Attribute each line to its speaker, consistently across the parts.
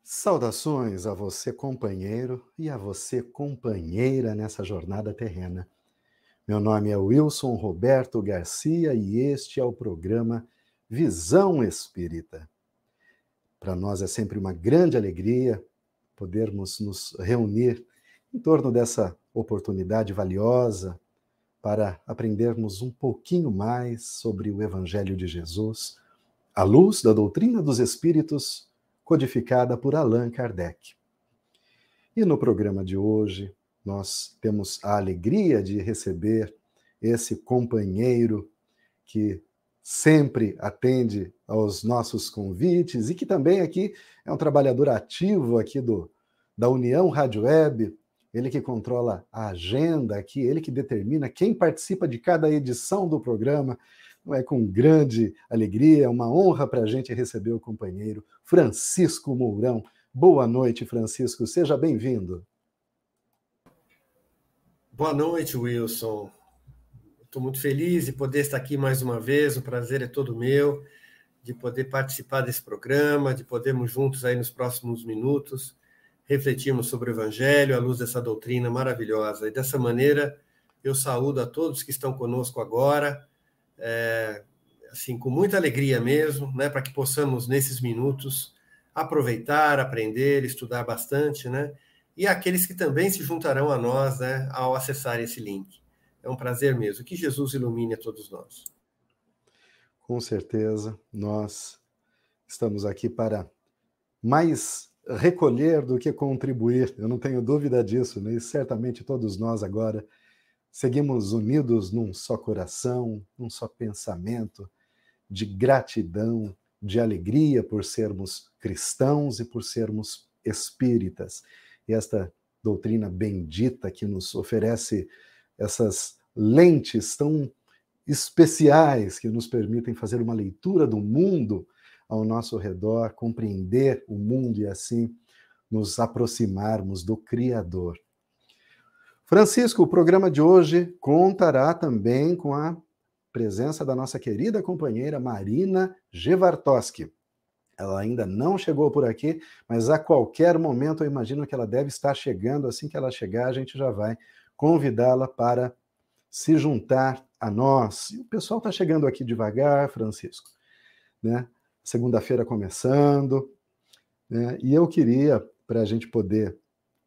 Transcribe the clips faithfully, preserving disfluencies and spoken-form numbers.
Speaker 1: Saudações a você, companheiro, e a você, companheira, nessa jornada terrena. Meu nome é Wilson Roberto Garcia e este é o programa Visão Espírita. Para nós é sempre uma grande alegria podermos nos reunir em torno dessa oportunidade valiosa para aprendermos um pouquinho mais sobre o Evangelho de Jesus, à luz da doutrina dos Espíritos, codificada por Allan Kardec. E no programa de hoje, nós temos a alegria de receber esse companheiro que sempre atende aos nossos convites e que também aqui é um trabalhador ativo aqui do, da União Rádio Web, ele que controla a agenda aqui, ele que determina quem participa de cada edição do programa. É com grande alegria, é uma honra para a gente receber o companheiro Francisco Mourão. Boa noite, Francisco, seja bem-vindo.
Speaker 2: Boa noite, Wilson. Estou muito feliz de poder estar aqui mais uma vez, o prazer é todo meu, de poder participar desse programa, de podermos juntos aí nos próximos minutos refletirmos sobre o Evangelho à luz dessa doutrina maravilhosa. E dessa maneira, eu saúdo a todos que estão conosco agora, É, assim, com muita alegria mesmo, né, para que possamos, nesses minutos, aproveitar, aprender, estudar bastante, né, e aqueles que também se juntarão a nós, né, ao acessar esse link. É um prazer mesmo. Que Jesus ilumine a todos nós.
Speaker 1: Com certeza, nós estamos aqui para mais recolher do que contribuir, eu não tenho dúvida disso, né, e certamente todos nós agora seguimos unidos num só coração, num só pensamento, de gratidão, de alegria por sermos cristãos e por sermos espíritas. E esta doutrina bendita que nos oferece essas lentes tão especiais que nos permitem fazer uma leitura do mundo ao nosso redor, compreender o mundo e assim nos aproximarmos do Criador. Francisco, o programa de hoje contará também com a presença da nossa querida companheira Marina Gevartoski. Ela ainda não chegou por aqui, mas a qualquer momento eu imagino que ela deve estar chegando. Assim que ela chegar, a gente já vai convidá-la para se juntar a nós. E o pessoal está chegando aqui devagar, Francisco, né? Segunda-feira começando, né? E eu queria, para a gente poder,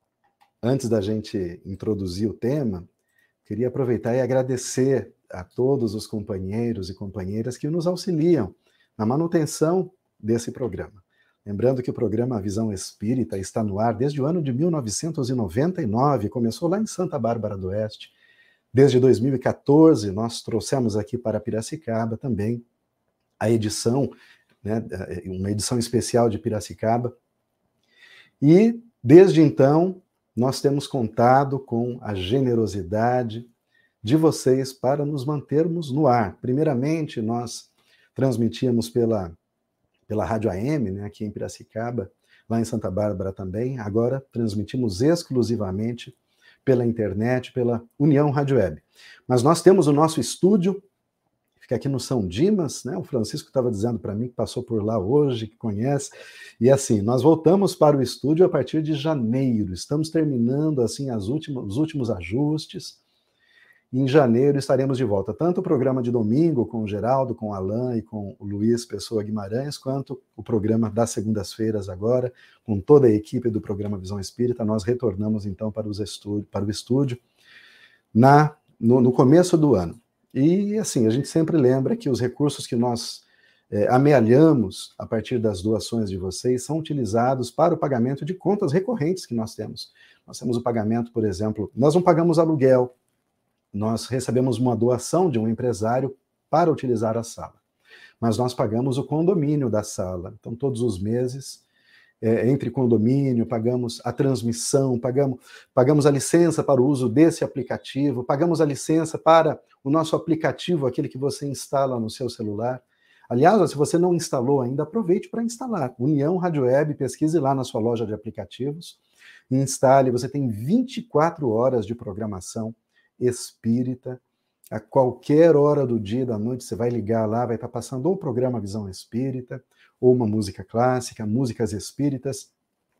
Speaker 1: antes da gente introduzir o tema, queria aproveitar e agradecer a todos os companheiros e companheiras que nos auxiliam na manutenção desse programa. Lembrando que o programa Visão Espírita está no ar desde o ano de mil novecentos e noventa e nove, começou lá em Santa Bárbara do Oeste. Desde dois mil e quatorze, nós trouxemos aqui para Piracicaba também a edição, né, uma edição especial de Piracicaba. E, desde então, nós temos contado com a generosidade de vocês para nos mantermos no ar. Primeiramente, nós transmitíamos pela, pela Rádio A M, né, aqui em Piracicaba, lá em Santa Bárbara também. Agora transmitimos exclusivamente pela internet, pela União Rádio Web. Mas nós temos o nosso estúdio, fica aqui no São Dimas, né? O Francisco estava dizendo para mim que passou por lá hoje, que conhece. E assim, nós voltamos para o estúdio a partir de janeiro. Estamos terminando assim as últimas, os últimos ajustes. Em janeiro estaremos de volta, tanto o programa de domingo com o Geraldo, com o Alain e com o Luiz Pessoa Guimarães, quanto o programa das segundas-feiras agora, com toda a equipe do programa Visão Espírita. Nós retornamos então para, os estúdio, para o estúdio na, no, no começo do ano. E assim, a gente sempre lembra que os recursos que nós é, amealhamos a partir das doações de vocês são utilizados para o pagamento de contas recorrentes que nós temos. Nós temos o pagamento, por exemplo, nós não pagamos aluguel, nós recebemos uma doação de um empresário para utilizar a sala, mas nós pagamos o condomínio da sala. Então, todos os meses, é, entre condomínio, pagamos a transmissão, pagamos, pagamos a licença para o uso desse aplicativo, pagamos a licença para o nosso aplicativo, aquele que você instala no seu celular. Aliás, se você não instalou ainda, aproveite para instalar. União Rádio Web, pesquise lá na sua loja de aplicativos, instale, você tem vinte e quatro horas de programação espírita, a qualquer hora do dia e da noite você vai ligar lá, vai estar passando ou o programa Visão Espírita, ou uma música clássica, músicas espíritas,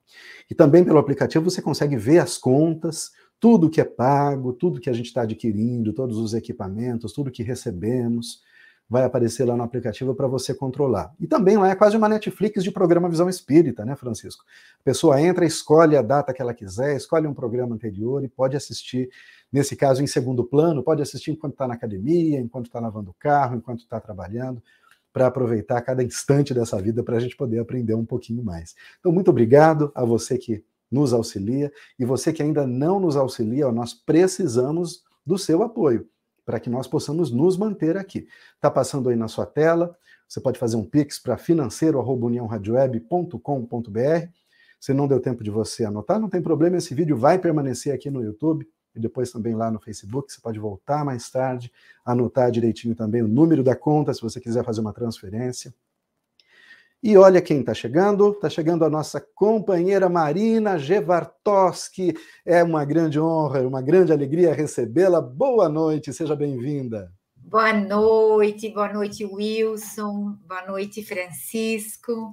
Speaker 1: E também pelo aplicativo você consegue ver as contas, tudo que é pago, tudo que a gente está adquirindo, todos os equipamentos, tudo que recebemos, vai aparecer lá no aplicativo para você controlar. E também lá é quase uma Netflix de programa Visão Espírita, né, Francisco? A pessoa entra, escolhe a data que ela quiser, escolhe um programa anterior e pode assistir, nesse caso, em segundo plano, pode assistir enquanto está na academia, enquanto está lavando o carro, enquanto está trabalhando, para aproveitar cada instante dessa vida para a gente poder aprender um pouquinho mais. Então, muito obrigado a você que nos auxilia, e você que ainda não nos auxilia, nós precisamos do seu apoio, para que nós possamos nos manter aqui. Está passando aí na sua tela, você pode fazer um pix para financeiro arroba união rádio web ponto com ponto b r. Se não deu tempo de você anotar, não tem problema, esse vídeo vai permanecer aqui no YouTube, e depois também lá no Facebook, você pode voltar mais tarde, anotar direitinho também o número da conta, se você quiser fazer uma transferência. E olha quem está chegando, está chegando a nossa companheira Marina Gevartoski. É uma grande honra, uma grande alegria recebê-la. Boa noite, seja bem-vinda.
Speaker 3: Boa noite, boa noite, Wilson, boa noite, Francisco.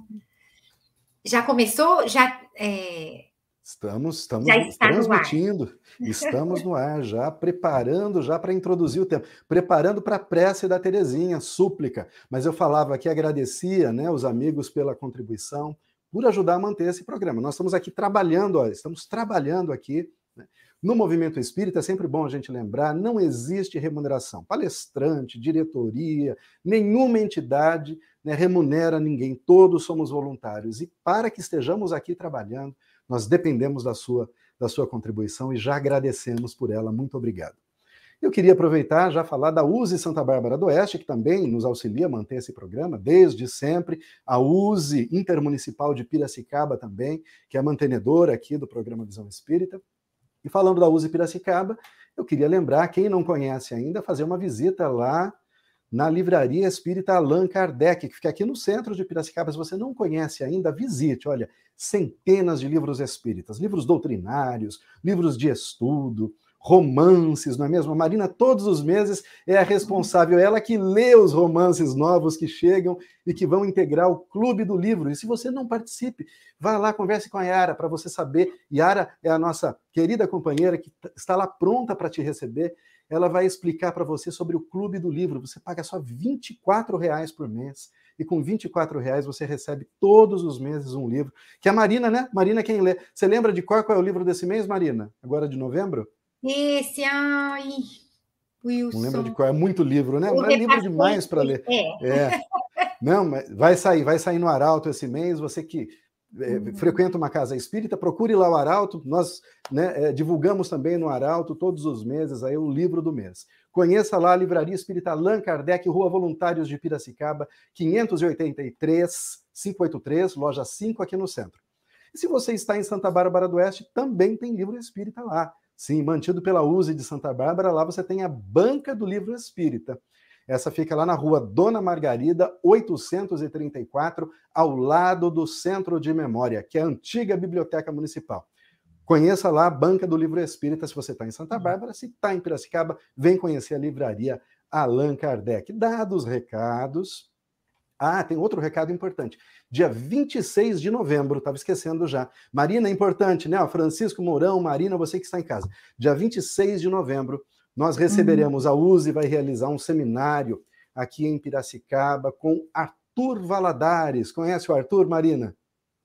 Speaker 3: Já começou? Já é...
Speaker 1: Estamos, estamos
Speaker 3: já está
Speaker 1: transmitindo, no estamos no ar já, preparando já para introduzir o tempo, preparando para a prece da Terezinha, súplica. Mas eu falava aqui, agradecia, né, os amigos pela contribuição, por ajudar a manter esse programa. Nós estamos aqui trabalhando, ó, estamos trabalhando aqui, né, no movimento espírita, é sempre bom a gente lembrar, não existe remuneração. Palestrante, diretoria, nenhuma entidade, né, remunera ninguém, todos somos voluntários. E para que estejamos aqui trabalhando, nós dependemos da sua, da sua contribuição e já agradecemos por ela. Muito obrigado. Eu queria aproveitar já falar da U S E Santa Bárbara do Oeste, que também nos auxilia a manter esse programa desde sempre. A U S E Intermunicipal de Piracicaba também, que é a mantenedora aqui do programa Visão Espírita. E falando da U S E Piracicaba, eu queria lembrar, quem não conhece ainda, fazer uma visita lá na Livraria Espírita Allan Kardec, que fica aqui no centro de Piracicaba. Se você não conhece ainda, visite. Olha, centenas de livros espíritas, livros doutrinários, livros de estudo, romances, não é mesmo? A Marina, todos os meses, é a responsável, ela que lê os romances novos que chegam e que vão integrar o Clube do Livro. E se você não participe, vá lá, converse com a Yara, para você saber. Yara é a nossa querida companheira que está lá pronta para te receber. Ela vai explicar para você sobre o Clube do Livro. Você paga só vinte e quatro reais por mês. E com vinte e quatro reais você recebe todos os meses um livro. Que a Marina, né? Marina quem lê. Você lembra de qual, qual é o livro desse mês, Marina? Agora de novembro?
Speaker 3: Esse, ai, Wilson.
Speaker 1: Não lembra de qual? É muito livro, né? É livro demais para ler.
Speaker 3: É.
Speaker 1: é. Não, mas vai sair, vai sair no Arauto esse mês. Você que é, uhum. frequenta uma casa espírita, procure lá o Arauto. Nós né, é, divulgamos também no Arauto todos os meses aí o livro do mês. Conheça lá a Livraria Espírita Allan Kardec, Rua Voluntários de Piracicaba, quinhentos e oitenta e três, quinhentos e oitenta e três, loja cinco, aqui no centro. E se você está em Santa Bárbara do Oeste, também tem livro espírita lá. Sim, mantido pela U S E de Santa Bárbara, lá você tem a Banca do Livro Espírita. Essa fica lá na rua Dona Margarida, oitocentos e trinta e quatro, ao lado do Centro de Memória, que é a antiga Biblioteca Municipal. Conheça lá a Banca do Livro Espírita, se você está em Santa Bárbara. Se está em Piracicaba, vem conhecer a Livraria Allan Kardec. Dados os recados. Ah, tem outro recado importante. Dia vinte e seis de novembro, estava esquecendo já. Marina, é importante, né? Francisco Mourão, Marina, você que está em casa. Dia vinte e seis de novembro, nós receberemos, uhum. a U S E vai realizar um seminário aqui em Piracicaba com Arthur Valadares. Conhece o Arthur, Marina?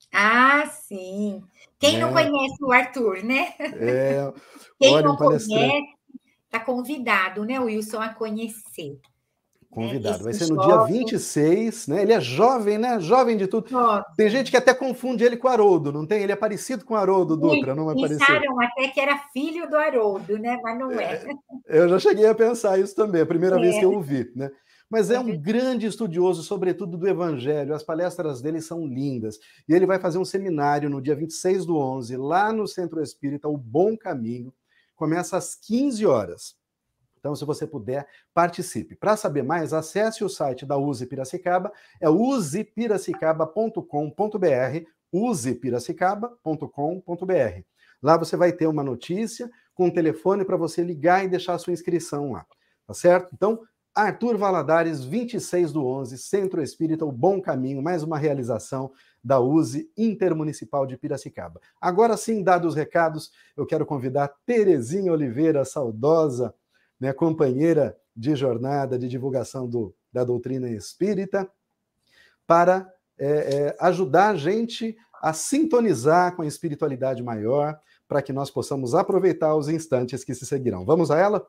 Speaker 3: Ah, sim. Quem é. não conhece o Arthur, né?
Speaker 1: É.
Speaker 3: Quem
Speaker 1: Olha,
Speaker 3: não
Speaker 1: um conhece,
Speaker 3: está convidado, né, Wilson, a conhecer.
Speaker 1: Convidado. Vai ser no dia vinte e seis, né? Ele é jovem, né? Jovem de tudo. Nossa. Tem gente que até confunde ele com o Haroldo, não tem? Ele é parecido com o Haroldo Dutra, não é parecido?
Speaker 3: Pensaram até que era filho do Haroldo, né? Mas não é.
Speaker 1: é. Eu já cheguei a pensar isso também, a primeira é. vez que eu o vi, né? Mas é um grande estudioso, sobretudo do Evangelho. As palestras dele são lindas. E ele vai fazer um seminário no dia vinte e seis do onze, lá no Centro Espírita, O Bom Caminho. Começa às quinze horas. Então, se você puder, participe. Para saber mais, acesse o site da U S E Piracicaba, é u s e piracicaba ponto com ponto b r, u s e piracicaba ponto com ponto b r. Lá você vai ter uma notícia com um telefone para você ligar e deixar a sua inscrição lá, tá certo? Então, Arthur Valadares, vinte e seis do onze, Centro Espírita O Bom Caminho, mais uma realização da U S E Intermunicipal de Piracicaba. Agora sim, dados os recados, eu quero convidar Terezinha Oliveira, saudosa, né, companheira de jornada de divulgação do, da doutrina espírita, para é, é, ajudar a gente a sintonizar com a espiritualidade maior, para que nós possamos aproveitar os instantes que se seguirão. Vamos a ela?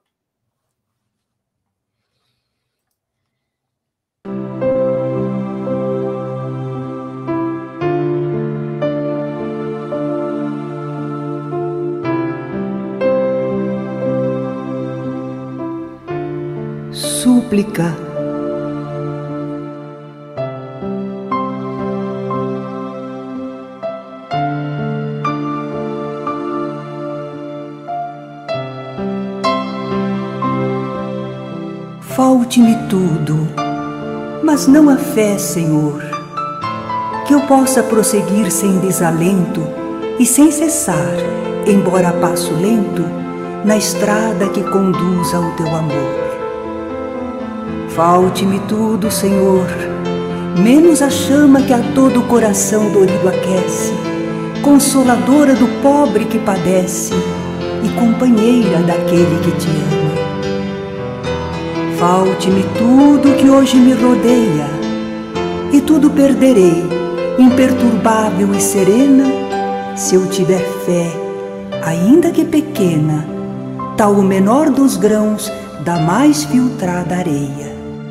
Speaker 4: Súplica. Falte-me tudo, mas não a fé, Senhor, que eu possa prosseguir sem desalento e sem cessar, embora a passo lento, na estrada que conduz ao teu amor. Falte-me tudo, Senhor, menos a chama que a todo o coração dorido aquece, consoladora do pobre que padece e companheira daquele que te ama. Falte-me tudo que hoje me rodeia, e tudo perderei, imperturbável e serena, se eu tiver fé, ainda que pequena, tal o menor dos grãos da mais filtrada areia.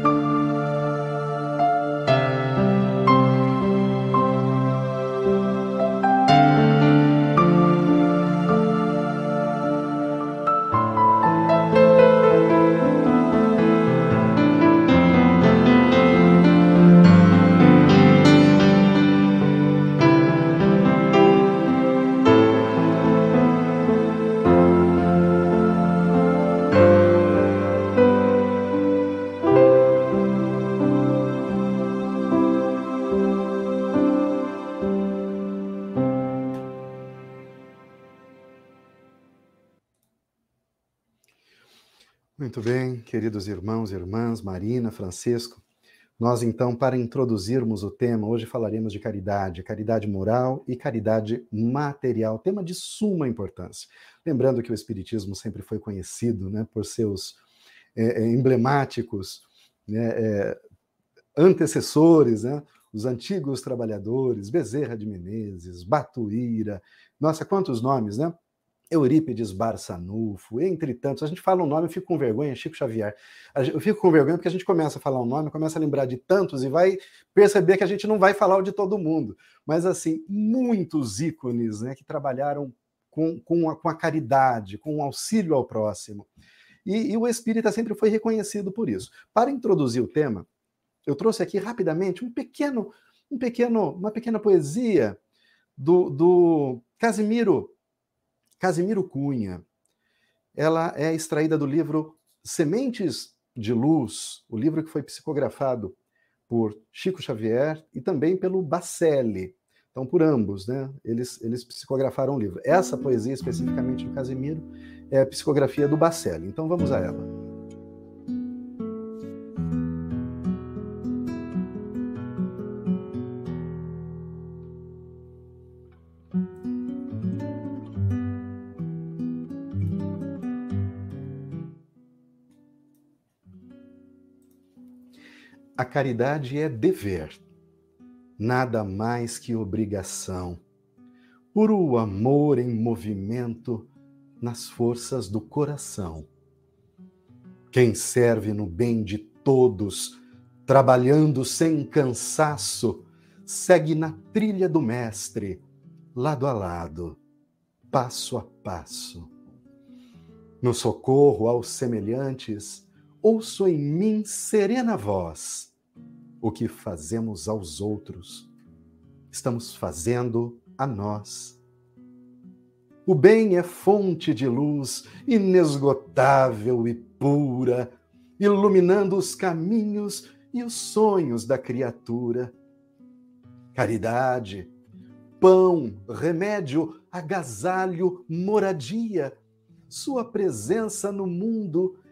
Speaker 1: Muito bem, queridos irmãos e irmãs, Marina, Francisco, nós então, para introduzirmos o tema, hoje falaremos de caridade, caridade moral e caridade material, tema de suma importância. Lembrando que o Espiritismo sempre foi conhecido, né, por seus é, emblemáticos né, é, antecessores, né, os antigos trabalhadores, Bezerra de Menezes, Batuíra, nossa, quantos nomes, né? Eurípides Barçanufo, entre tantos. A gente fala um nome, eu fico com vergonha, Chico Xavier. Eu fico com vergonha porque a gente começa a falar um nome, começa a lembrar de tantos e vai perceber que a gente não vai falar o de todo mundo. Mas, assim, muitos ícones né, que trabalharam com, com, a, com a caridade, com o auxílio ao próximo. E, e o espírita sempre foi reconhecido por isso. Para introduzir o tema, eu trouxe aqui rapidamente um pequeno, um pequeno, uma pequena poesia do, do Casimiro Casimiro Cunha. Ela é extraída do livro Sementes de Luz, o livro que foi psicografado por Chico Xavier e também pelo Bacelli. Então, por ambos, né? Eles, eles psicografaram o livro. Essa poesia, especificamente do Casimiro, é a psicografia do Bacelli. Então, vamos a ela. A caridade é dever, nada mais que obrigação, puro amor em movimento nas forças do coração. Quem serve no bem de todos, trabalhando sem cansaço, segue na trilha do mestre, lado a lado, passo a passo. No socorro aos semelhantes, ouço em mim serena voz. O que fazemos aos outros, estamos fazendo a nós. O bem é fonte de luz inesgotável e pura, iluminando os caminhos e os sonhos da criatura. Caridade, pão, remédio, agasalho, moradia, sua presença no mundo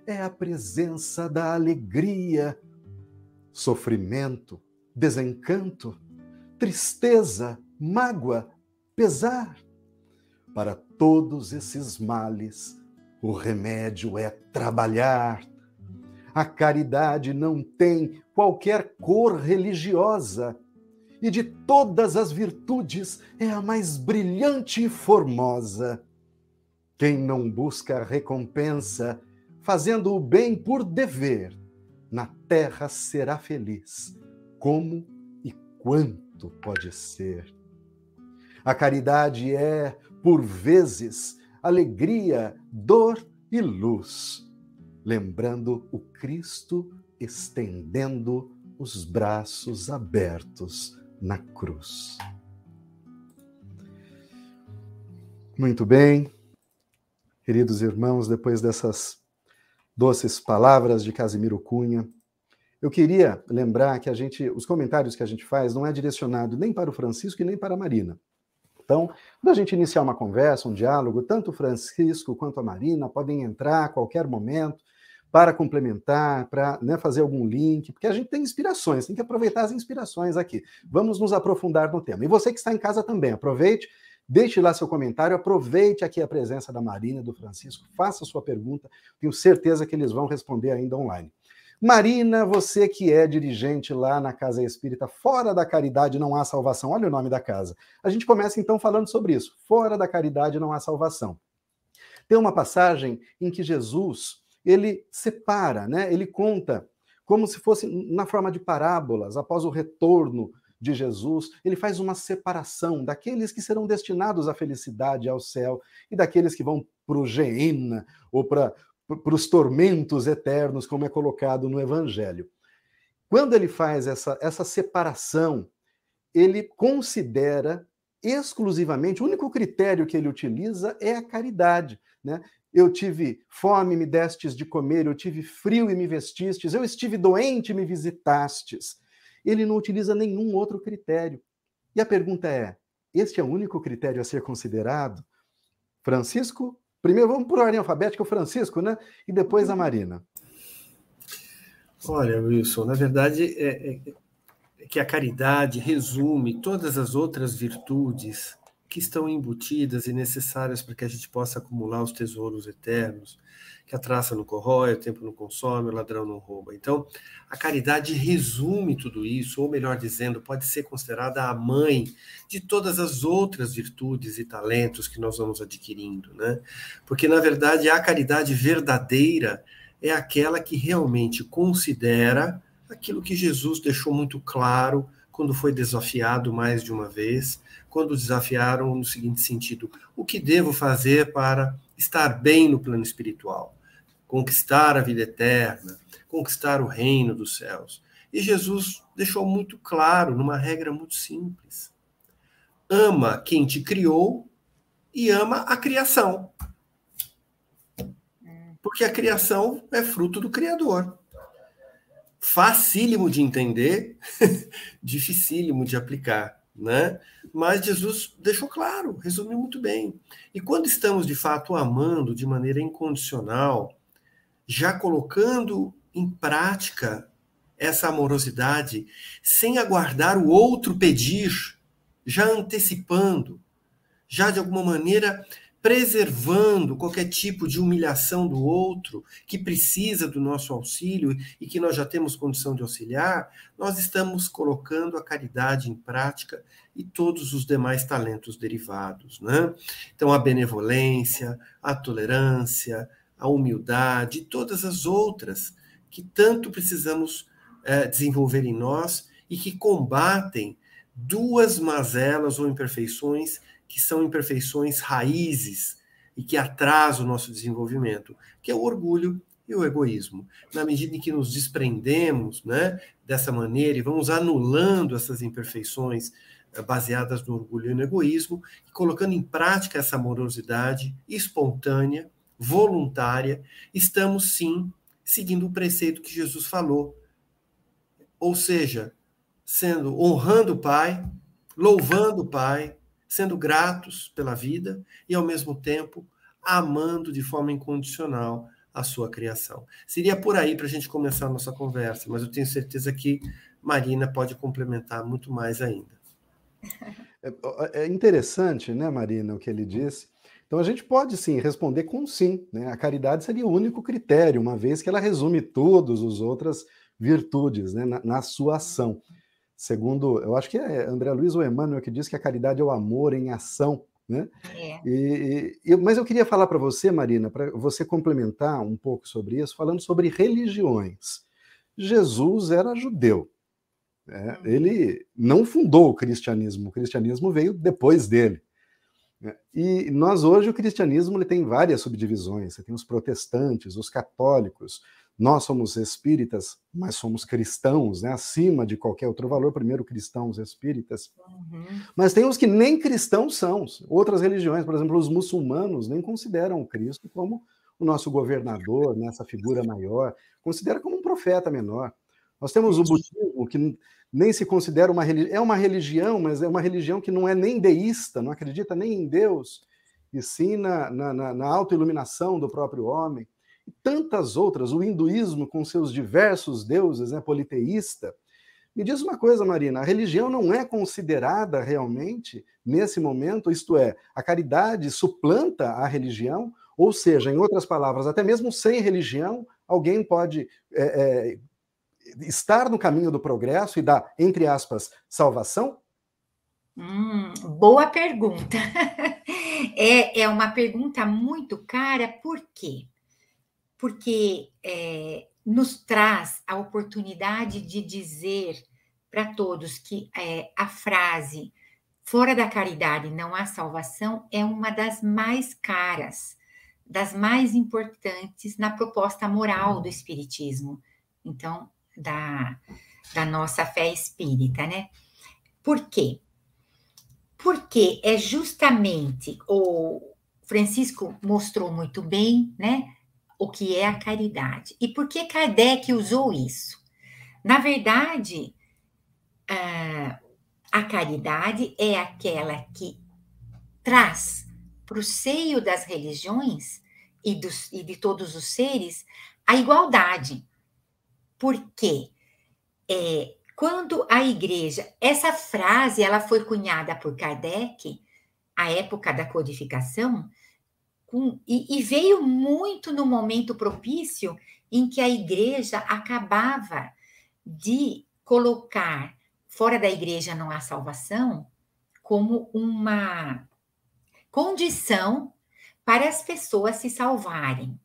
Speaker 1: é a presença da alegria. Sofrimento, desencanto, tristeza, mágoa, pesar. Para todos esses males, o remédio é trabalhar. A caridade não tem qualquer cor religiosa, e de todas as virtudes é a mais brilhante e formosa. Quem não busca recompensa, fazendo o bem por dever, na terra será feliz. Como e quanto pode ser? A caridade é, por vezes, alegria, dor e luz, lembrando o Cristo estendendo os braços abertos na cruz. Muito bem, queridos irmãos, depois dessas doces palavras de Casimiro Cunha, eu queria lembrar que a gente, os comentários que a gente faz não é direcionado nem para o Francisco e nem para a Marina. Então, quando a gente iniciar uma conversa, um diálogo, tanto o Francisco quanto a Marina podem entrar a qualquer momento para complementar, para, né, fazer algum link, porque a gente tem inspirações, tem que aproveitar as inspirações aqui. Vamos nos aprofundar no tema. E você que está em casa também, aproveite, deixe lá seu comentário, aproveite aqui a presença da Marina e do Francisco, faça sua pergunta, tenho certeza que eles vão responder ainda online. Marina, você que é dirigente lá na Casa Espírita, Fora da Caridade Não Há Salvação, olha o nome da casa. A gente começa então falando sobre isso, Fora da Caridade Não Há Salvação. Tem uma passagem em que Jesus, ele separa, né? Ele conta como se fosse na forma de parábolas, após o retorno de Jesus, ele faz uma separação daqueles que serão destinados à felicidade, ao céu, e daqueles que vão para o Geena, ou para para os tormentos eternos, como é colocado no Evangelho. Quando ele faz essa, essa separação, ele considera exclusivamente, o único critério que ele utiliza é a caridade, né? Eu tive fome, me destes de comer, eu tive frio e me vestistes, eu estive doente e me visitastes. Ele não utiliza nenhum outro critério. E a pergunta é, este é o único critério a ser considerado? Francisco? Primeiro vamos por ordem alfabética, o Francisco, né? E depois a Marina.
Speaker 2: Olha, Wilson, na verdade é, é, é que a caridade resume todas as outras virtudes que estão embutidas e necessárias para que a gente possa acumular os tesouros eternos, que a traça não corrói, o tempo não consome, o ladrão não rouba. Então, a caridade resume tudo isso, ou melhor dizendo, pode ser considerada a mãe de todas as outras virtudes e talentos que nós vamos adquirindo, né? Porque, na verdade, a caridade verdadeira é aquela que realmente considera aquilo que Jesus deixou muito claro quando foi desafiado mais de uma vez, quando desafiaram no seguinte sentido: o que devo fazer para estar bem no plano espiritual? Conquistar a vida eterna, conquistar o reino dos céus. E Jesus deixou muito claro, numa regra muito simples: ama quem te criou e ama a criação. Porque a criação é fruto do Criador. Facílimo de entender, dificílimo de aplicar, né? Mas Jesus deixou claro, resumiu muito bem. E quando estamos, de fato, amando de maneira incondicional, já colocando em prática essa amorosidade, sem aguardar o outro pedir, já antecipando, já de alguma maneira preservando qualquer tipo de humilhação do outro que precisa do nosso auxílio e que nós já temos condição de auxiliar, nós estamos colocando a caridade em prática e todos os demais talentos derivados, né? Então, a benevolência, a tolerância, a humildade, todas as outras que tanto precisamos é, desenvolver em nós e que combatem duas mazelas ou imperfeições que são imperfeições raízes e que atrasam o nosso desenvolvimento, que é o orgulho e o egoísmo. Na medida em que nos desprendemos, né, dessa maneira e vamos anulando essas imperfeições baseadas no orgulho e no egoísmo, e colocando em prática essa amorosidade espontânea, voluntária, estamos sim seguindo o preceito que Jesus falou. Ou seja, sendo honrando o Pai, louvando o Pai, sendo gratos pela vida e, ao mesmo tempo, amando de forma incondicional a sua criação. Seria por aí para a gente começar a nossa conversa, mas eu tenho certeza que Marina pode complementar muito mais ainda.
Speaker 1: É interessante, né, Marina, o que ele disse. Então, a gente pode, sim, responder com sim, né? A caridade seria o único critério, uma vez que ela resume todas as outras virtudes, né, na, na sua ação. Segundo, eu acho que é André Luiz ou Emmanuel que diz que a caridade é o amor em ação, né?
Speaker 3: É.
Speaker 1: E, e, mas eu queria falar para você, Marina, para você complementar um pouco sobre isso, falando sobre religiões. Jesus era judeu. Né? Ele não fundou o cristianismo, o cristianismo veio depois dele. E nós hoje, o cristianismo ele tem várias subdivisões. Você tem os protestantes, os católicos, nós somos espíritas, mas somos cristãos, né? Acima de qualquer outro valor, primeiro cristãos espíritas. Uhum. Mas tem os que nem cristãos são, outras religiões, por exemplo, os muçulmanos nem consideram o Cristo como o nosso governador, né? Essa figura maior, considera como um profeta menor. Nós temos o budismo, que nem se considera uma religião, é uma religião, mas é uma religião que não é nem deísta, não acredita nem em Deus, e sim na, na, na autoiluminação do próprio homem. E tantas outras, o hinduísmo com seus diversos deuses, né, politeísta. Me diz uma coisa, Marina, a religião não é considerada realmente, nesse momento, isto é, a caridade suplanta a religião, ou seja, em outras palavras, até mesmo sem religião, alguém pode é, é, estar no caminho do progresso e da, entre aspas, salvação?
Speaker 3: Hum, boa pergunta. É, é uma pergunta muito cara, por quê? Porque é, nos traz a oportunidade de dizer para todos que é, a frase fora da caridade não há salvação é uma das mais caras, das mais importantes na proposta moral do Espiritismo. Então, Da, da nossa fé espírita, né? Por quê? Porque é justamente, o Francisco mostrou muito bem, né, o que é a caridade. E por que Kardec usou isso? Na verdade, a, a caridade é aquela que traz para o seio das religiões e, dos, e de todos os seres a igualdade. Porque é, quando a igreja... Essa frase ela foi cunhada por Kardec, à época da codificação, com, e, e veio muito no momento propício em que a igreja acabava de colocar fora da igreja não há salvação como uma condição para as pessoas se salvarem.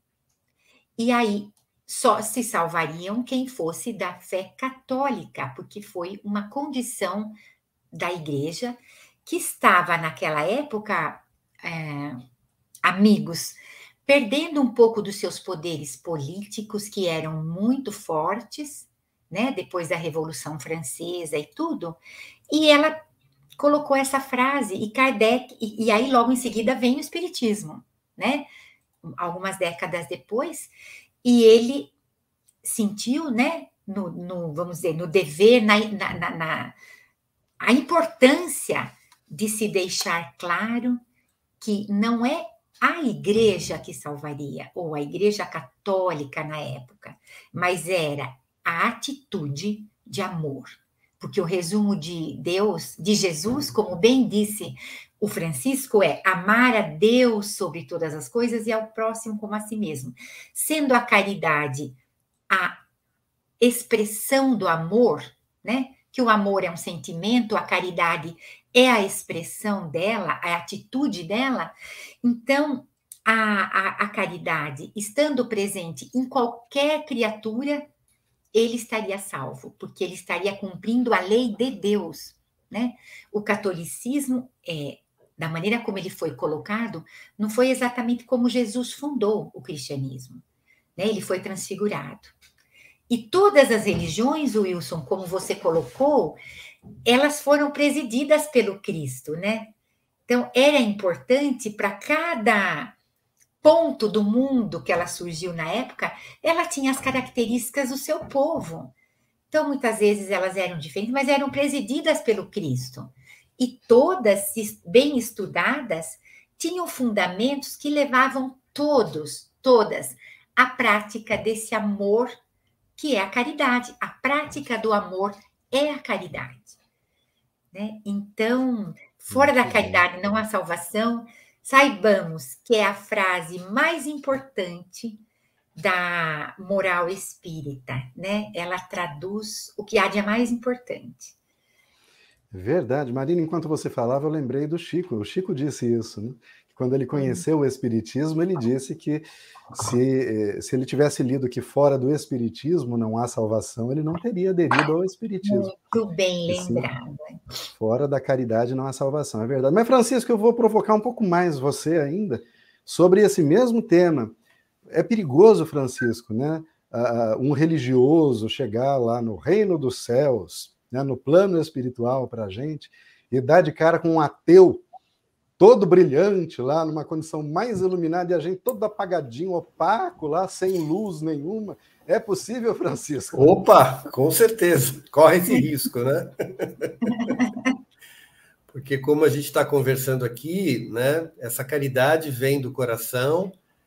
Speaker 3: E aí, só se salvariam quem fosse da fé católica, porque foi uma condição da igreja que estava, naquela época, é, amigos, perdendo um pouco dos seus poderes políticos, que eram muito fortes, né, depois da Revolução Francesa e tudo, e ela colocou essa frase, e Kardec, e, e aí logo em seguida vem o Espiritismo, né, algumas décadas depois, e ele sentiu, né, no, no, vamos dizer, no dever, na, na, na, a importância de se deixar claro que não é a igreja que salvaria, ou a igreja católica na época, mas era a atitude de amor. Porque o resumo de Deus, de Jesus, como bem disse o Francisco, é amar a Deus sobre todas as coisas e ao próximo como a si mesmo. Sendo a caridade a expressão do amor, né? Que o amor é um sentimento, a caridade é a expressão dela, a atitude dela. Então, a, a, a caridade, estando presente em qualquer criatura, ele estaria salvo, porque ele estaria cumprindo a lei de Deus, né? O catolicismo, é, da maneira como ele foi colocado, não foi exatamente como Jesus fundou o cristianismo, né? Ele foi transfigurado. E todas as religiões, Wilson, como você colocou, elas foram presididas pelo Cristo, né? Então, era importante para cada ponto do mundo que ela surgiu na época, ela tinha as características do seu povo. Então, muitas vezes elas eram diferentes, mas eram presididas pelo Cristo. E todas, bem estudadas, tinham fundamentos que levavam todos, todas, a prática desse amor que é a caridade. A prática do amor é a caridade. Né? Então, fora da caridade não há salvação, saibamos que é a frase mais importante da moral espírita, né? Ela traduz o que há de mais importante.
Speaker 1: Verdade. Marina, enquanto você falava, eu lembrei do Chico. O Chico disse isso, né? Quando ele conheceu o Espiritismo, ele disse que se, se ele tivesse lido que fora do Espiritismo não há salvação, ele não teria aderido ao Espiritismo.
Speaker 3: Muito bem
Speaker 1: assim,
Speaker 3: lembrado.
Speaker 1: Fora da caridade não há salvação, é verdade. Mas, Francisco, eu vou provocar um pouco mais você ainda sobre esse mesmo tema. É perigoso, Francisco, né? Uh, um religioso chegar lá no reino dos céus, né, no plano espiritual para a gente, e dar de cara com um ateu todo brilhante lá, numa condição mais iluminada, e a gente todo apagadinho, opaco lá, sem luz nenhuma. É possível, Francisco?
Speaker 2: Opa, com certeza. Corre esse risco, né? Porque como a gente está conversando aqui, né, essa caridade vem do coração,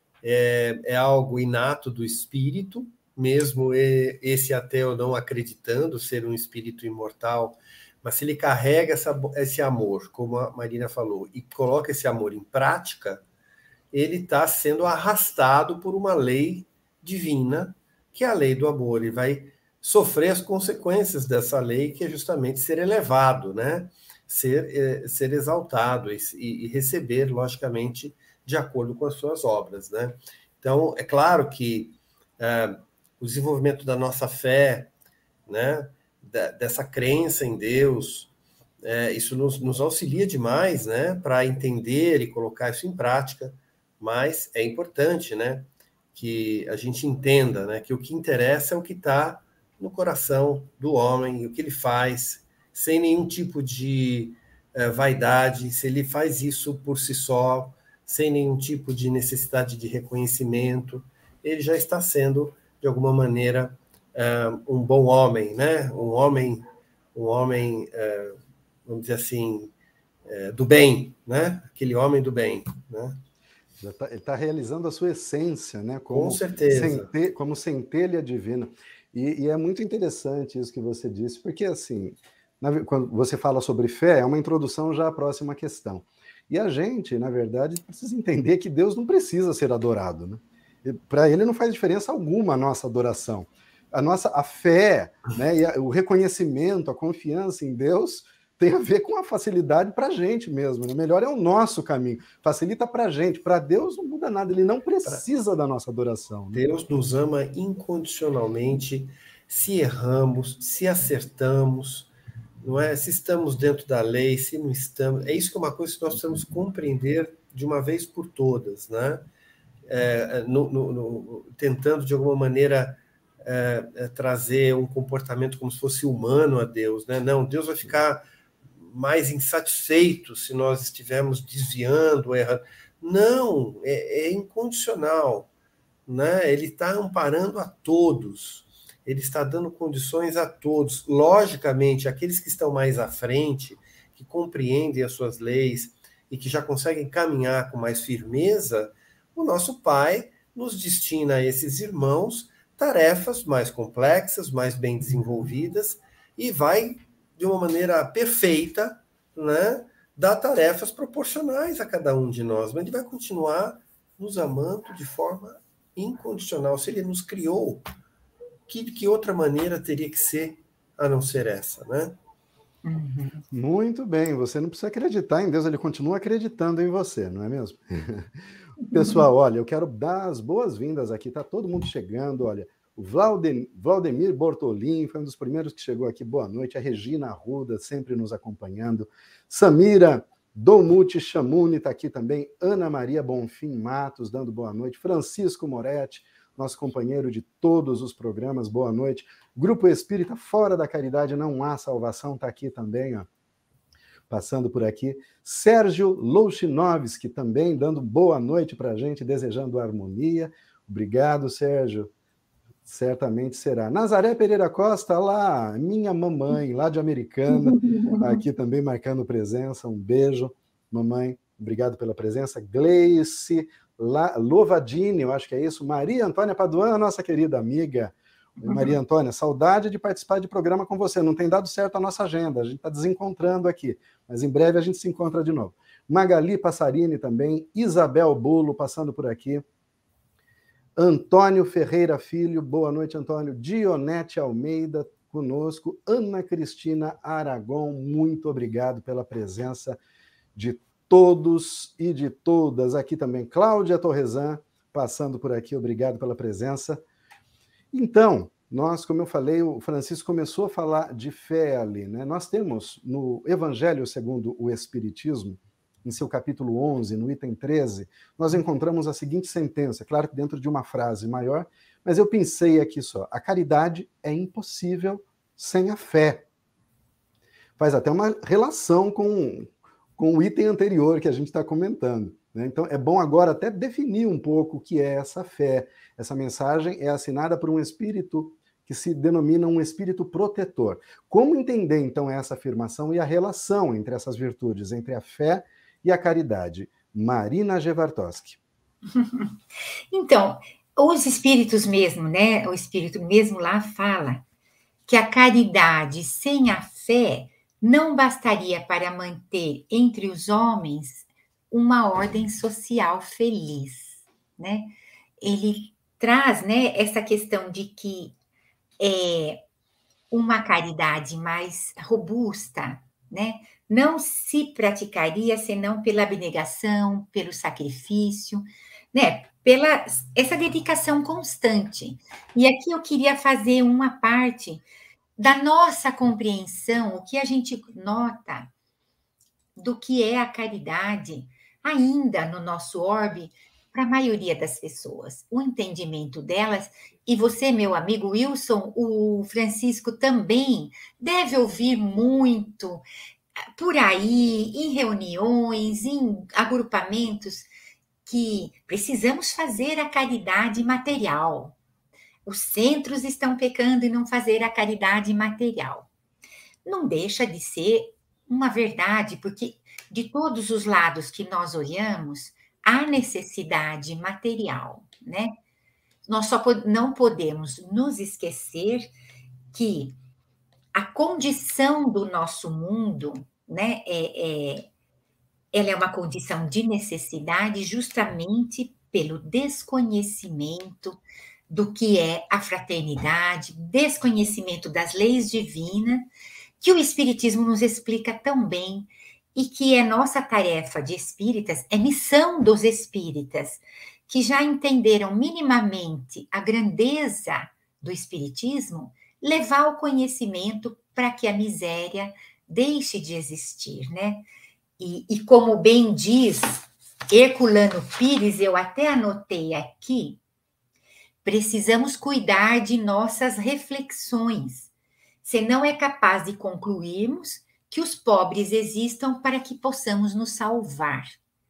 Speaker 2: é, é algo inato do espírito, mesmo esse ateu não acreditando ser um espírito imortal, mas se ele carrega essa, esse amor, como a Marina falou, e coloca esse amor em prática, ele está sendo arrastado por uma lei divina, que é a lei do amor. Ele vai sofrer as consequências dessa lei, que é justamente ser elevado, né? ser, é, ser exaltado e, e receber, logicamente, de acordo com as suas obras. Né? Então, é claro que é, o desenvolvimento da nossa fé, né? dessa crença em Deus, é, isso nos, nos auxilia demais, né, para entender e colocar isso em prática, mas é importante, né, que a gente entenda, né, que o que interessa é o que está no coração do homem, e o que ele faz, sem nenhum tipo de é, vaidade, se ele faz isso por si só, sem nenhum tipo de necessidade de reconhecimento, ele já está sendo, de alguma maneira, Uh, um bom homem, né? Um homem, um homem, uh, vamos dizer assim, uh, do bem, né? Aquele homem do bem, né?
Speaker 1: Já tá, ele está realizando a sua essência, né? Como
Speaker 2: Com certeza.
Speaker 1: Cente, como centelha divina. E, e é muito interessante isso que você disse, porque assim, na, quando você fala sobre fé, é uma introdução já à próxima questão. E a gente, na verdade, precisa entender que Deus não precisa ser adorado, né? Para ele não faz diferença alguma a nossa adoração. A nossa a fé, né, e a, o reconhecimento, a confiança em Deus tem a ver com a facilidade para a gente mesmo. Né? Melhor é o nosso caminho. Facilita para a gente. Para Deus não muda nada. Ele não precisa da nossa adoração. Né?
Speaker 2: Deus nos ama incondicionalmente. Se erramos, se acertamos, não é? Se estamos dentro da lei, se não estamos. É isso que é uma coisa que nós precisamos compreender de uma vez por todas, né? É, no, no, no, tentando, de alguma maneira, É, é, trazer um comportamento como se fosse humano a Deus, né? Não, Deus vai ficar mais insatisfeito se nós estivermos desviando, errando. Não, é, é incondicional, né? Ele está amparando a todos, ele está dando condições a todos. Logicamente, aqueles que estão mais à frente, que compreendem as suas leis e que já conseguem caminhar com mais firmeza, o nosso Pai nos destina a esses irmãos tarefas mais complexas, mais bem desenvolvidas, e vai, de uma maneira perfeita, né, dar tarefas proporcionais a cada um de nós, mas ele vai continuar nos amando de forma incondicional. Se ele nos criou, que, que outra maneira teria que ser a não ser essa, né?
Speaker 1: Uhum. Muito bem, você não precisa acreditar em Deus, ele continua acreditando em você, não é mesmo? Pessoal, olha, eu quero dar as boas-vindas aqui, tá todo mundo chegando, olha, o Vladimir, Vladimir Bortolin foi um dos primeiros que chegou aqui, boa noite, a Regina Arruda sempre nos acompanhando, Samira Domuti Chamuni está aqui também, Ana Maria Bonfim Matos dando boa noite, Francisco Moretti, nosso companheiro de todos os programas, boa noite, Grupo Espírita Fora da Caridade Não Há Salvação, está aqui também, ó. Passando por aqui, Sérgio Louchinovski também dando boa noite para a gente, desejando harmonia. Obrigado, Sérgio. Certamente será. Nazaré Pereira Costa, lá, minha mamãe, lá de Americana, aqui também marcando presença. Um beijo, mamãe. obrigado pela presença. Gleice, La, Lovadini, eu acho que é isso. Maria Antônia Paduan, nossa querida amiga. Oi, Maria Antônia, saudade de participar de programa com você. Não tem dado certo a nossa agenda, a gente está desencontrando aqui, mas em breve a gente se encontra de novo. Magali Passarini também, Isabel Bolo passando por aqui. Antônio Ferreira Filho, boa noite, Antônio. Dionete Almeida conosco. Ana Cristina Aragon, muito obrigado pela presença de todos e de todas. Aqui também Cláudia Torresan, passando por aqui, obrigado pela presença. Então, nós, como eu falei, o Francisco começou a falar de fé ali, né? Nós temos no Evangelho segundo o Espiritismo, em seu capítulo onze, no item treze, nós encontramos a seguinte sentença, claro que dentro de uma frase maior, mas eu pensei aqui só, a caridade é impossível sem a fé. Faz até uma relação com, com o item anterior que a gente está comentando, né? Então, é bom agora até definir um pouco o que é essa fé. Essa mensagem é assinada por um espírito que se denomina um espírito protetor. Como entender, então, essa afirmação e a relação entre essas virtudes, entre a fé e a caridade? Marina Gevartoski.
Speaker 3: Então, os espíritos mesmo, né? O espírito mesmo lá fala que a caridade sem a fé não bastaria para manter entre os homens uma ordem social feliz, né? Ele traz, né, essa questão de que é uma caridade mais robusta, né? Não se praticaria senão pela abnegação, pelo sacrifício, né? Pela essa dedicação constante. E aqui eu queria fazer uma parte da nossa compreensão, o que a gente nota do que é a caridade ainda no nosso orbe para a maioria das pessoas. O entendimento delas, e você, meu amigo Wilson, o Francisco também deve ouvir muito por aí, em reuniões, em agrupamentos, que precisamos fazer a caridade material. Os centros estão pecando em não fazer a caridade material. Não deixa de ser uma verdade, porque de todos os lados que nós olhamos, há necessidade material, né? Nós só não podemos nos esquecer que a condição do nosso mundo, né, é, é, ela é uma condição de necessidade justamente pelo desconhecimento do que é a fraternidade, desconhecimento das leis divinas, que o Espiritismo nos explica tão bem, e que é nossa tarefa de espíritas, é missão dos espíritas, que já entenderam minimamente a grandeza do Espiritismo, levar o conhecimento para que a miséria deixe de existir, né? E, e como bem diz Herculano Pires, eu até anotei aqui, precisamos cuidar de nossas reflexões, senão é capaz de concluirmos que os pobres existam para que possamos nos salvar,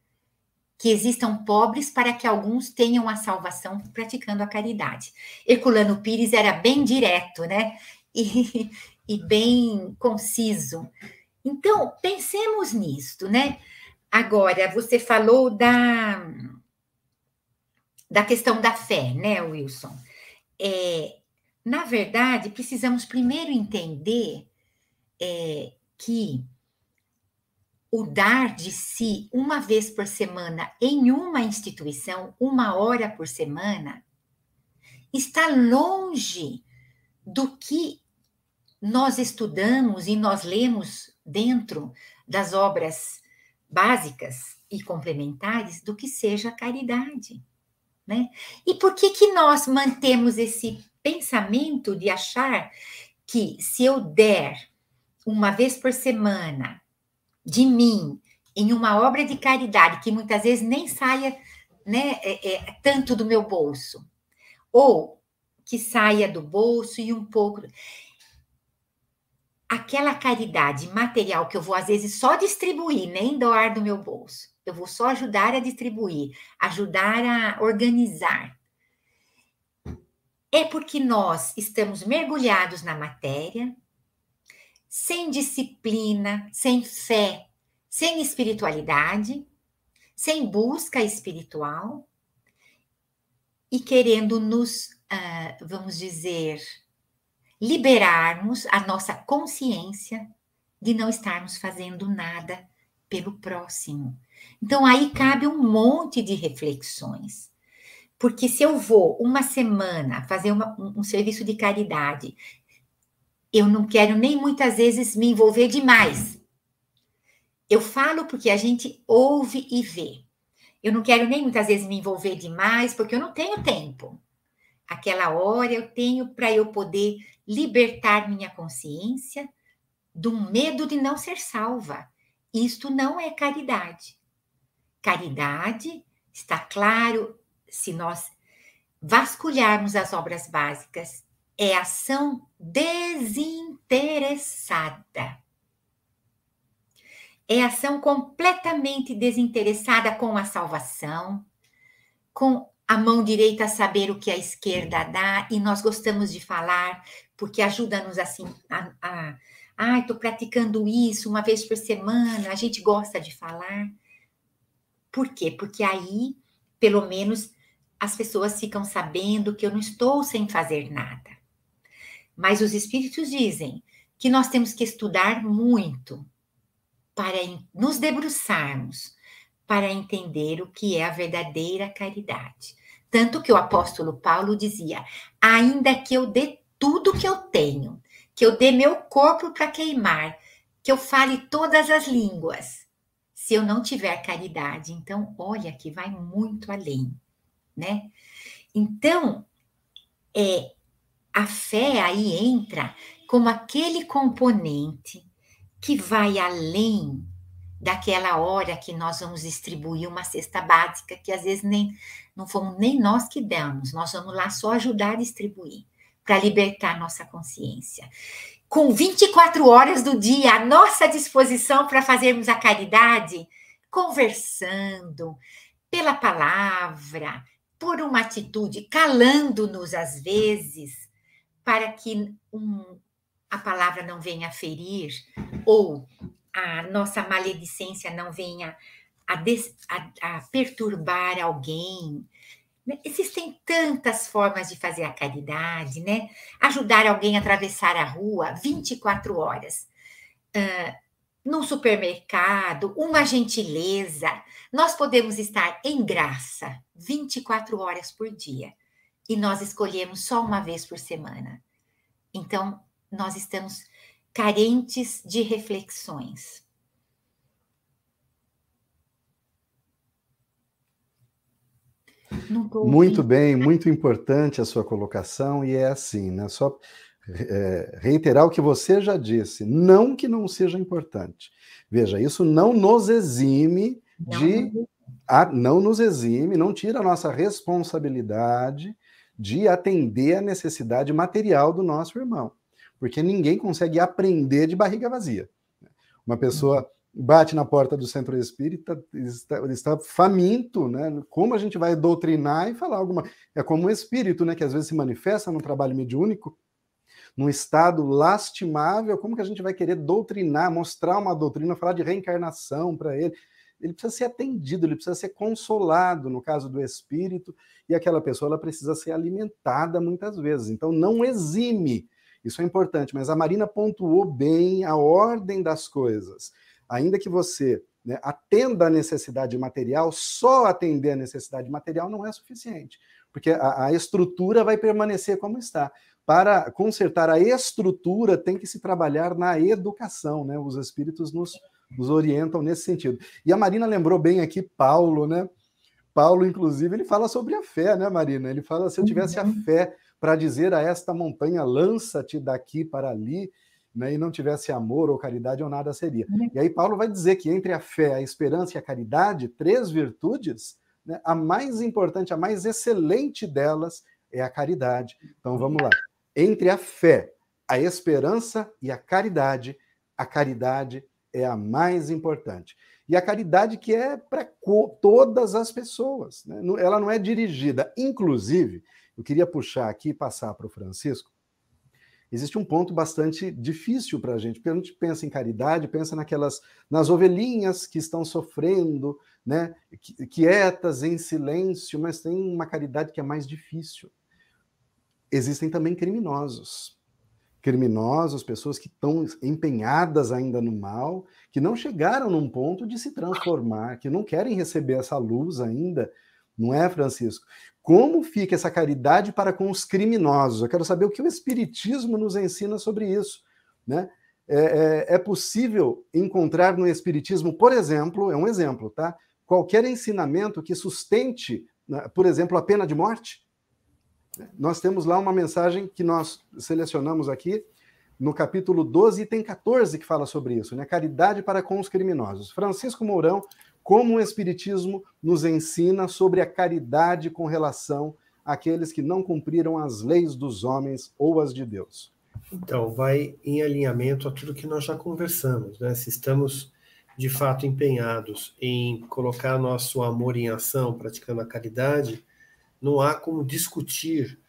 Speaker 3: que existam pobres para que alguns tenham a salvação praticando a caridade. Herculano Pires era bem direto, né? E, e bem conciso. Então, pensemos nisto, né? Agora, você falou da, da questão da fé, né, Wilson? É, na verdade, precisamos primeiro entender é, que o dar de si uma vez por semana em uma instituição, uma hora por semana, está longe do que nós estudamos e nós lemos dentro das obras básicas e complementares do que seja a caridade, né? E por que que nós mantemos esse pensamento de achar que se eu der uma vez por semana de mim em uma obra de caridade que muitas vezes nem saia, né, é, é, tanto do meu bolso, ou que saia do bolso e um pouco... Aquela caridade material que eu vou, às vezes, só distribuir, nem doar do meu bolso. Eu vou só ajudar a distribuir, ajudar a organizar. É porque nós estamos mergulhados na matéria, sem disciplina, sem fé, sem espiritualidade, sem busca espiritual e querendo nos, uh, vamos dizer, liberarmos a nossa consciência de não estarmos fazendo nada pelo próximo. Então, aí cabe um monte de reflexões. Porque se eu vou uma semana fazer uma, um, um serviço de caridade, eu não quero nem muitas vezes me envolver demais. Eu falo porque a gente ouve e vê. Eu não quero nem muitas vezes me envolver demais, porque eu não tenho tempo. Aquela hora eu tenho para eu poder libertar minha consciência do medo de não ser salva. Isto não é caridade. Caridade, está claro, se nós vasculharmos as obras básicas, é ação desinteressada. É ação completamente desinteressada com a salvação, com a mão direita a saber o que a esquerda dá, e nós gostamos de falar, porque ajuda-nos assim a... a ah, estou praticando isso uma vez por semana, a gente gosta de falar. Por quê? Porque aí, pelo menos, as pessoas ficam sabendo que eu não estou sem fazer nada. Mas os espíritos dizem que nós temos que estudar muito para nos debruçarmos, para entender o que é a verdadeira caridade. Tanto que o apóstolo Paulo dizia, ainda que eu dê tudo que eu tenho, que eu dê meu corpo para queimar, que eu fale todas as línguas, se eu não tiver caridade, então, olha, que vai muito além, né? Então, é, a fé aí entra como aquele componente que vai além daquela hora que nós vamos distribuir uma cesta básica, que às vezes nem, não fomos nem nós que damos, nós vamos lá só ajudar a distribuir, para libertar nossa consciência. Com vinte e quatro horas do dia à nossa disposição para fazermos a caridade, conversando, pela palavra, por uma atitude, calando-nos às vezes, para que um, a palavra não venha a ferir, ou a nossa maledicência não venha a, des, a, a perturbar alguém. Existem tantas formas de fazer a caridade, né? Ajudar alguém a atravessar a rua vinte e quatro horas. Uh, num supermercado, uma gentileza. Nós podemos estar em graça vinte e quatro horas por dia. E nós escolhemos só uma vez por semana. Então, nós estamos carentes de reflexões.
Speaker 1: Muito bem, muito importante a sua colocação, e é assim, né? Só é, reiterar o que você já disse, não que não seja importante. Veja, isso não nos exime de... Não, a, não nos exime, não tira a nossa responsabilidade de atender a necessidade material do nosso irmão, porque ninguém consegue aprender de barriga vazia. Uma pessoa... bate na porta do centro espírita, está, está faminto, né? Como a gente vai doutrinar e falar alguma... É como um espírito, né? Que às vezes se manifesta num trabalho mediúnico, num estado lastimável, como que a gente vai querer doutrinar, mostrar uma doutrina, falar de reencarnação para ele? Ele precisa ser atendido, ele precisa ser consolado, no caso do espírito, e aquela pessoa ela precisa ser alimentada muitas vezes. Então não exime, isso é importante, mas a Marina pontuou bem a ordem das coisas. Ainda que você, né, atenda a necessidade material, só atender a necessidade material não é suficiente, porque a, a estrutura vai permanecer como está. Para consertar a estrutura, tem que se trabalhar na educação, né? Os espíritos nos, nos orientam nesse sentido. E a Marina lembrou bem aqui Paulo, né? Paulo, inclusive, ele fala sobre a fé, né, Marina? Ele fala, se eu tivesse a fé para dizer a esta montanha, lança-te daqui para ali, né, e não tivesse amor ou caridade, ou nada seria. E aí Paulo vai dizer que entre a fé, a esperança e a caridade, três virtudes, né, a mais importante, a mais excelente delas é a caridade. Então vamos lá. Entre a fé, a esperança e a caridade, a caridade é a mais importante. E a caridade que é para todas as pessoas, né? Ela não é dirigida. Inclusive, eu queria puxar aqui e passar para o Francisco, existe um ponto bastante difícil para a gente, porque a gente pensa em caridade, pensa naquelas, nas ovelhinhas que estão sofrendo, né, quietas, em silêncio, mas tem uma caridade que é mais difícil. Existem também criminosos. Criminosos, pessoas que estão empenhadas ainda no mal, que não chegaram num ponto de se transformar, que não querem receber essa luz ainda, não é, Francisco? Como fica essa caridade para com os criminosos? Eu quero saber o que o Espiritismo nos ensina sobre isso, né? É, é, é possível encontrar no Espiritismo, por exemplo, é um exemplo, tá? Qualquer ensinamento que sustente, por exemplo, a pena de morte? Nós temos lá uma mensagem que nós selecionamos aqui, no capítulo doze, item catorze, que fala sobre isso, né? Caridade para com os criminosos. Francisco Mourão, como o Espiritismo nos ensina sobre a caridade com relação àqueles que não cumpriram as leis dos homens ou as de Deus?
Speaker 2: Então, vai em alinhamento a tudo que nós já conversamos, né? Se estamos, de fato, empenhados em colocar nosso amor em ação, praticando a caridade, não há como discutir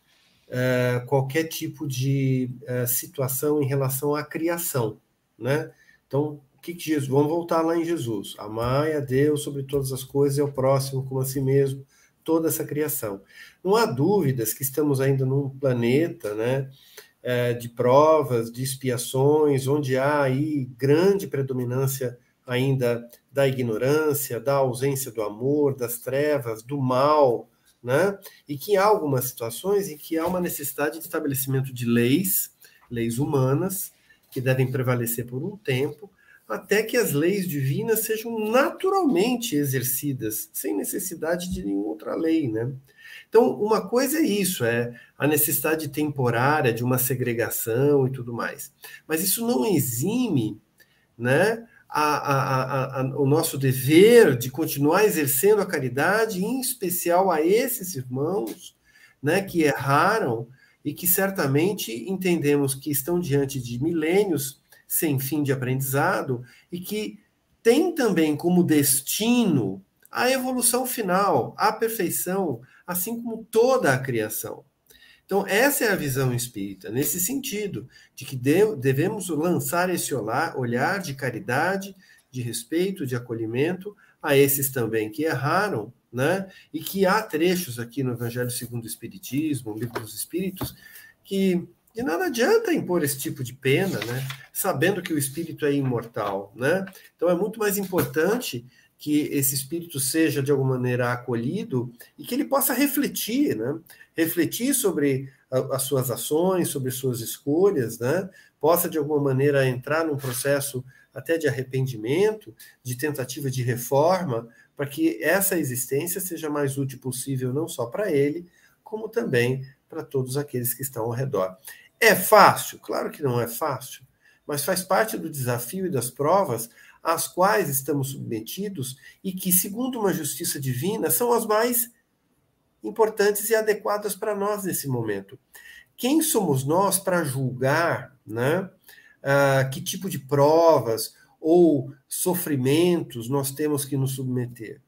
Speaker 2: uh, qualquer tipo de uh, situação em relação à criação, né? Então, o que, que Jesus... Vamos voltar lá em Jesus. Amai a Deus sobre todas as coisas e ao próximo como a si mesmo, toda essa criação. Não há dúvidas que estamos ainda num planeta, né, uh, de provas, de expiações, onde há aí grande predominância ainda da ignorância, da ausência do amor, das trevas, do mal, né? E que há algumas situações em que há uma necessidade de estabelecimento de leis, leis humanas, que devem prevalecer por um tempo, até que as leis divinas sejam naturalmente exercidas, sem necessidade de nenhuma outra lei, né? Então, uma coisa é isso, é a necessidade temporária de uma segregação e tudo mais. Mas isso não exime, né, A, a, a, a, o nosso dever de continuar exercendo a caridade, em especial a esses irmãos, né, que erraram e que certamente entendemos que estão diante de milênios sem fim de aprendizado e que têm também como destino a evolução final, a perfeição, assim como toda a criação. Então, essa é a visão espírita, nesse sentido, de que devemos lançar esse olhar de caridade, de respeito, de acolhimento a esses também que erraram, né? E que há trechos aqui no Evangelho segundo o Espiritismo, no Livro dos Espíritos, que de nada adianta impor esse tipo de pena, né? Sabendo que o espírito é imortal, né? Então, é muito mais importante que esse espírito seja, de alguma maneira, acolhido e que ele possa refletir, né? Refletir sobre a, as suas ações, sobre suas escolhas, né? Possa, de alguma maneira, entrar num processo até de arrependimento, de tentativa de reforma, para que essa existência seja mais útil possível, não só para ele, como também para todos aqueles que estão ao redor. É fácil? Claro que não é fácil, mas faz parte do desafio e das provas às quais estamos submetidos e que, segundo uma justiça divina, são as mais importantes e adequadas para nós nesse momento. Quem somos nós para julgar, né, uh, que tipo de provas ou sofrimentos nós temos que nos submeter?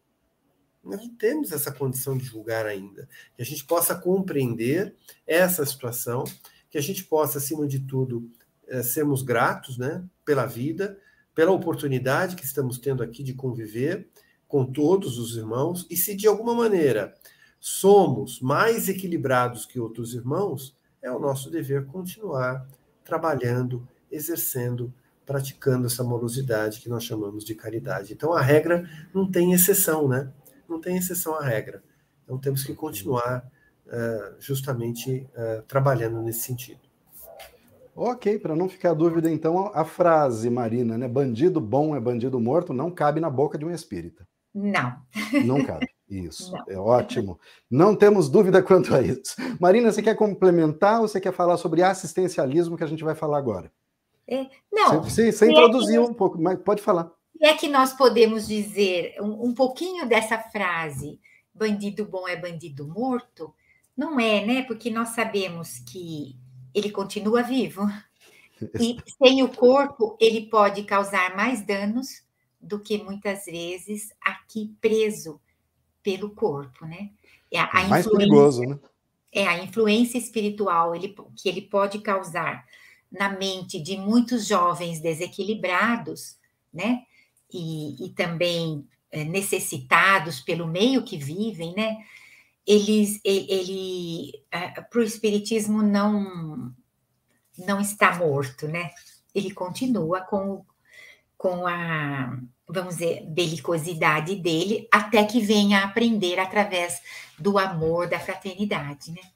Speaker 2: Nós não temos essa condição de julgar ainda. Que a gente possa compreender essa situação, que a gente possa, acima de tudo, uh, sermos gratos, né, pela vida, pela oportunidade que estamos tendo aqui de conviver com todos os irmãos, e se de alguma maneira somos mais equilibrados que outros irmãos, é o nosso dever continuar trabalhando, exercendo, praticando essa amorosidade que nós chamamos de caridade. Então a regra não tem exceção, né? Não tem exceção à regra. Então temos que continuar uh, justamente uh, trabalhando nesse sentido.
Speaker 1: Ok, para não ficar dúvida, então, a frase, Marina, né? Bandido bom é bandido morto, não cabe na boca de um espírita.
Speaker 3: Não.
Speaker 1: Não cabe. Isso,
Speaker 3: não.
Speaker 1: É ótimo. Não temos dúvida quanto a isso. Marina, você quer complementar ou você quer falar sobre assistencialismo que a gente vai falar agora?
Speaker 3: É, não.
Speaker 1: Você, você introduziu é que, um pouco, mas pode falar.
Speaker 3: É que nós podemos dizer um, um pouquinho dessa frase, bandido bom é bandido morto? Não é, né? Porque nós sabemos que ele continua vivo. E sem o corpo, ele pode causar mais danos do que muitas vezes aqui preso pelo corpo, né? É a, a
Speaker 1: mais perigoso, né?
Speaker 3: É a influência espiritual ele, que ele pode causar na mente de muitos jovens desequilibrados, né? E, e também necessitados pelo meio que vivem, né? Eles, ele, ele para o espiritismo não não está morto, né? Ele continua com, com a, vamos dizer, belicosidade dele, até que venha a aprender através do amor, da fraternidade, né?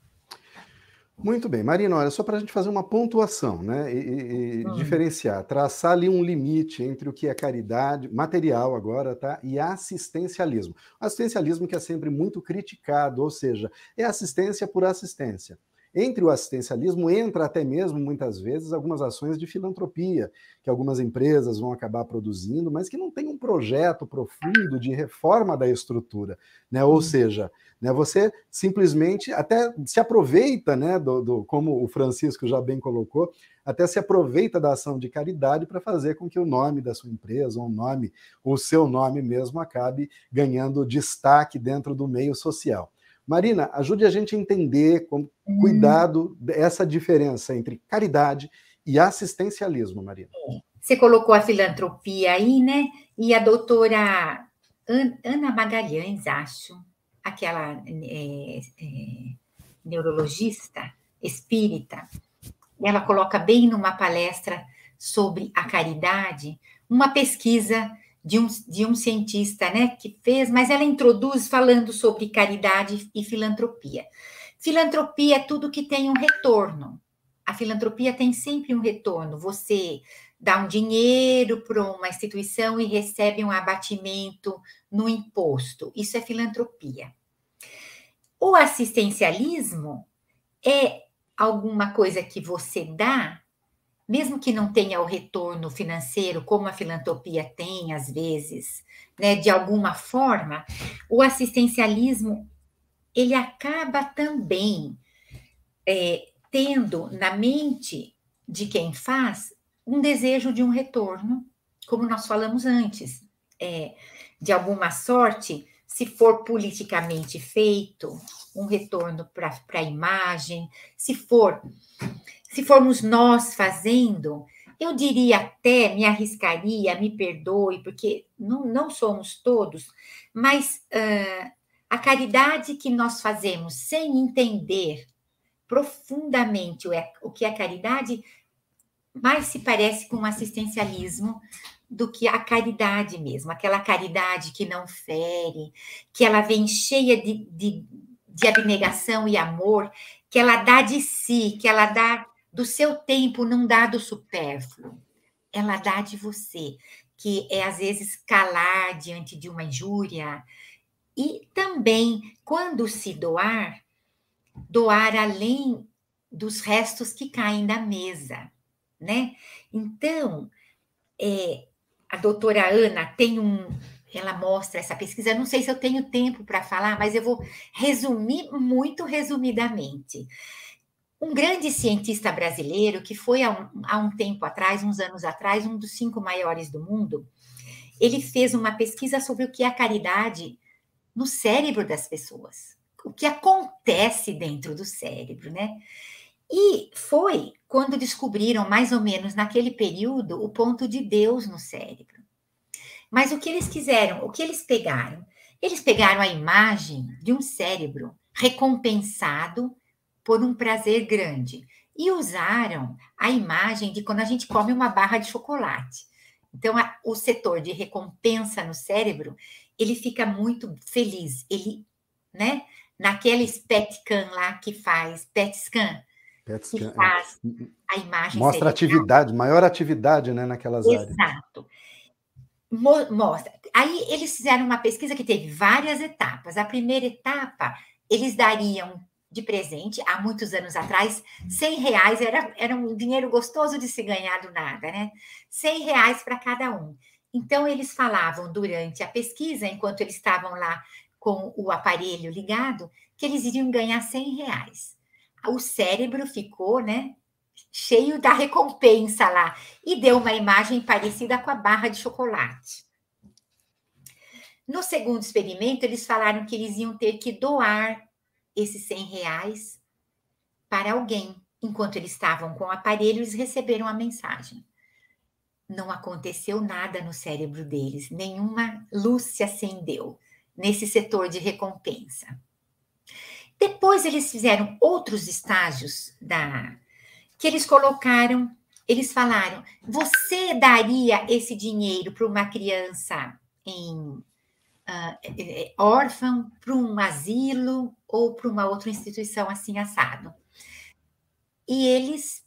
Speaker 1: Muito bem, Marina, olha, só para a gente fazer uma pontuação, né, e, e hum. diferenciar, traçar ali um limite entre o que é caridade, material agora, tá, e assistencialismo. Assistencialismo que é sempre muito criticado, ou seja, é assistência por assistência. Entre o assistencialismo entra até mesmo, muitas vezes, algumas ações de filantropia, que algumas empresas vão acabar produzindo, mas que não tem um projeto profundo de reforma da estrutura, né? Ou hum. seja, né, você simplesmente até se aproveita, né, do, do, como o Francisco já bem colocou, até se aproveita da ação de caridade para fazer com que o nome da sua empresa, ou o nome, ou o seu nome mesmo, acabe ganhando destaque dentro do meio social. Marina, ajude a gente a entender com cuidado essa diferença entre caridade e assistencialismo, Marina.
Speaker 3: Você colocou a filantropia aí, né? E a doutora Ana Magalhães, acho, aquela é, é, neurologista espírita, ela coloca bem numa palestra sobre a caridade, uma pesquisa de um, de um cientista, né, que fez, mas ela introduz falando sobre caridade e filantropia. Filantropia é tudo que tem um retorno. A filantropia tem sempre um retorno. Você dá um dinheiro para uma instituição e recebe um abatimento no imposto. Isso é filantropia. O assistencialismo é alguma coisa que você dá, mesmo que não tenha o retorno financeiro, como a filantropia tem, às vezes, né, de alguma forma, o assistencialismo, ele acaba também é, tendo na mente de quem faz um desejo de um retorno, como nós falamos antes, é, de alguma sorte, se for politicamente feito, um retorno para a imagem, se for... Se formos nós fazendo, eu diria até, me arriscaria, me perdoe, porque não, não somos todos, mas uh, a caridade que nós fazemos sem entender profundamente o, é, o que é caridade, mais se parece com o assistencialismo do que a caridade mesmo, aquela caridade que não fere, que ela vem cheia de, de, de abnegação e amor, que ela dá de si, que ela dá do seu tempo, não dá do supérfluo. Ela dá de você, que é, às vezes, calar diante de uma injúria. E também, quando se doar, doar além dos restos que caem da mesa, né? Então, é, a doutora Ana tem um... Ela mostra essa pesquisa, não sei se eu tenho tempo para falar, mas eu vou resumir muito resumidamente. Um grande cientista brasileiro, que foi há um, há um tempo atrás, uns anos atrás, um dos cinco maiores do mundo, ele fez uma pesquisa sobre o que é a caridade no cérebro das pessoas, o que acontece dentro do cérebro, né? E foi quando descobriram, mais ou menos naquele período, o ponto de Deus no cérebro. Mas o que eles quiseram, o que eles pegaram? Eles pegaram a imagem de um cérebro recompensado por um prazer grande, e usaram a imagem de quando a gente come uma barra de chocolate. Então, a, o setor de recompensa no cérebro, ele fica muito feliz, ele, né, naqueles P E T scan lá que faz, P E T scan,
Speaker 1: P E T scan,
Speaker 3: que faz é. a imagem
Speaker 1: mostra cerebral. Atividade, maior atividade, né, naquelas
Speaker 3: Exato.
Speaker 1: áreas.
Speaker 3: Exato. Mostra. Aí, eles fizeram uma pesquisa que teve várias etapas. A primeira etapa, eles dariam de presente, há muitos anos atrás, cem reais, era, era um dinheiro gostoso de se ganhar do nada, né? cem reais para cada um. Então, eles falavam durante a pesquisa, enquanto eles estavam lá com o aparelho ligado, que eles iriam ganhar cem reais. O cérebro ficou, né, cheio da recompensa lá, e deu uma imagem parecida com a barra de chocolate. No segundo experimento, eles falaram que eles iam ter que doar esses cem reais para alguém. Enquanto eles estavam com o aparelho, eles receberam a mensagem. não aconteceu nada no cérebro deles, nenhuma luz se acendeu nesse setor de recompensa. Depois eles fizeram outros estágios da que eles colocaram, eles falaram, você daria esse dinheiro para uma criança em uh, órfã, para um asilo ou para uma outra instituição assim assado? E eles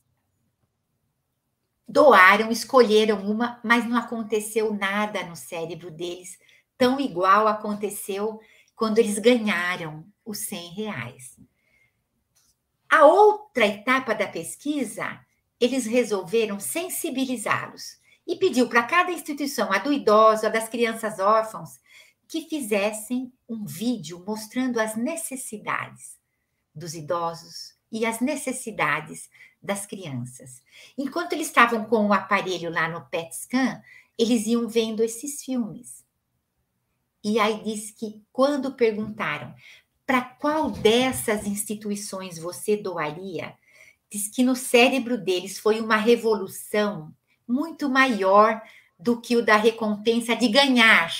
Speaker 3: doaram, escolheram uma, mas não aconteceu nada no cérebro deles, tão igual aconteceu quando eles ganharam os cem reais. A outra etapa da pesquisa, eles resolveram sensibilizá-los e pediu para cada instituição, a do idoso, a das crianças órfãos, que fizessem um vídeo mostrando as necessidades dos idosos e as necessidades das crianças. Enquanto eles estavam com o aparelho lá no P E T scan, eles iam vendo esses filmes. E aí diz que quando perguntaram para qual dessas instituições você doaria, diz que no cérebro deles foi uma revolução muito maior do que o da recompensa de ganhar.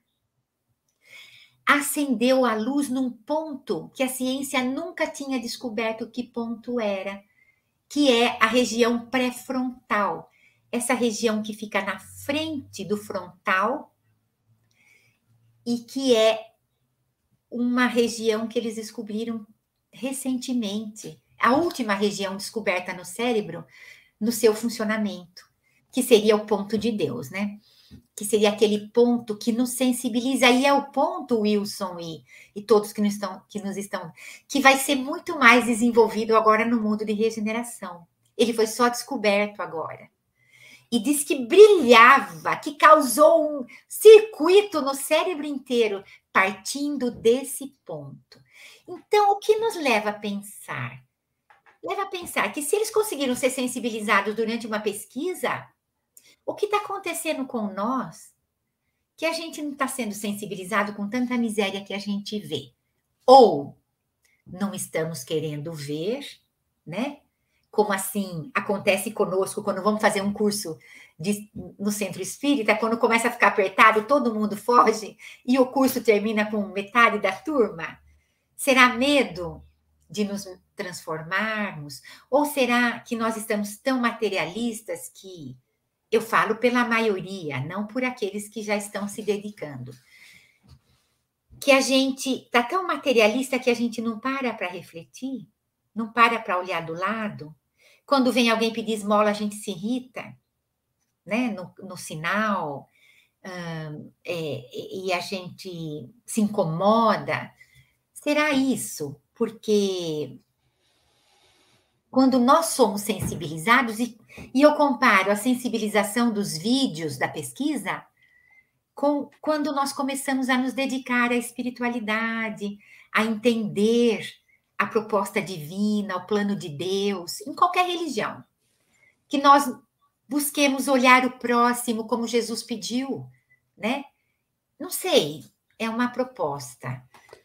Speaker 3: Acendeu a luz num ponto que a ciência nunca tinha descoberto que ponto era, que é a região pré-frontal. Essa região que fica na frente do frontal e que é uma região que eles descobriram recentemente, a última região descoberta no cérebro, no seu funcionamento, que seria o ponto de Deus, né? Que seria aquele ponto que nos sensibiliza, e é o ponto, Wilson e, e todos que nos, estão, que nos estão, que vai ser muito mais desenvolvido agora no mundo de regeneração. Ele foi só descoberto agora. E diz que brilhava, que causou um circuito no cérebro inteiro, partindo desse ponto. Então, o que nos leva a pensar? Leva a pensar que se eles conseguiram ser sensibilizados durante uma pesquisa, o que está acontecendo com nós, que a gente não está sendo sensibilizado com tanta miséria que a gente vê? Ou não estamos querendo ver, né? Como assim acontece conosco quando vamos fazer um curso de, no centro espírita, quando começa a ficar apertado, todo mundo foge e o curso termina com metade da turma? Será medo de nos transformarmos? Ou será que nós estamos tão materialistas que, eu falo pela maioria, não por aqueles que já estão se dedicando, que a gente está tão materialista que a gente não para para refletir, não para para olhar do lado? Quando vem alguém pedir esmola, a gente se irrita, né? No, no sinal, hum, é, e a gente se incomoda. Será isso? Porque quando nós somos sensibilizados, e, e eu comparo a sensibilização dos vídeos da pesquisa com quando nós começamos a nos dedicar à espiritualidade, a entender a proposta divina, o plano de Deus, em qualquer religião. Que nós busquemos olhar o próximo como Jesus pediu, né? Não sei, é uma proposta.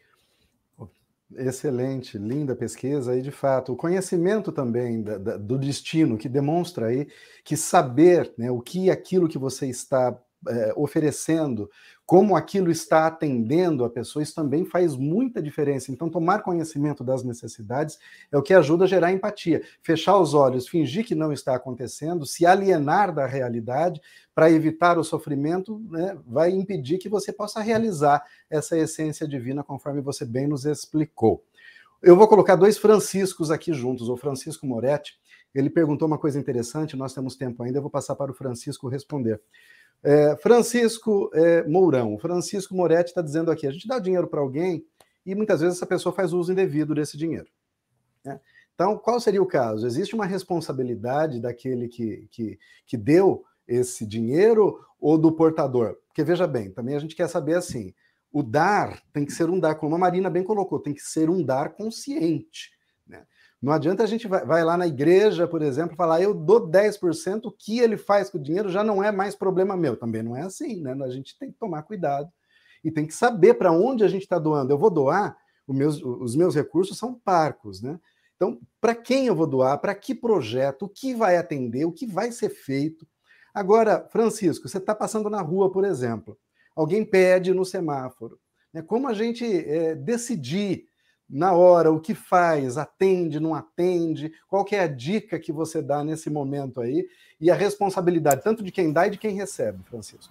Speaker 1: Excelente, linda pesquisa, e de fato, o conhecimento também da, da, do destino, que demonstra aí que saber, né, o que aquilo que você está é, oferecendo, como aquilo está atendendo a pessoa, isso também faz muita diferença. Então, tomar conhecimento das necessidades é o que ajuda a gerar empatia. Fechar os olhos, fingir que não está acontecendo, se alienar da realidade para evitar o sofrimento, né, vai impedir que você possa realizar essa essência divina, conforme você bem nos explicou. Eu vou colocar dois Franciscos aqui juntos. O Francisco Moretti, ele perguntou uma coisa interessante, nós temos tempo ainda, eu vou passar para o Francisco responder. É, Francisco é, Mourão, o Francisco Moretti está dizendo aqui, a gente dá dinheiro para alguém e muitas vezes essa pessoa faz uso indevido desse dinheiro, né? Então, qual seria o caso? Existe uma responsabilidade daquele que, que, que deu esse dinheiro ou do portador? Porque, veja bem, também a gente quer saber assim, o dar tem que ser um dar, como a Marina bem colocou, tem que ser um dar consciente, né? Não adianta a gente vai, vai lá na igreja, por exemplo, falar, eu dou dez por cento, o que ele faz com o dinheiro já não é mais problema meu. Também não é assim, né? A gente tem que tomar cuidado e tem que saber para onde a gente está doando. Eu vou doar, os meus, os meus recursos são parcos, né? Então, para quem eu vou doar, para que projeto, o que vai atender, o que vai ser feito. Agora, Francisco, você está passando na rua, por exemplo, alguém pede no semáforo, né? Como a gente é, decidir na hora o que faz, atende, não atende, qual que é a dica que você dá nesse momento aí, e a responsabilidade tanto de quem dá e de quem recebe, Francisco?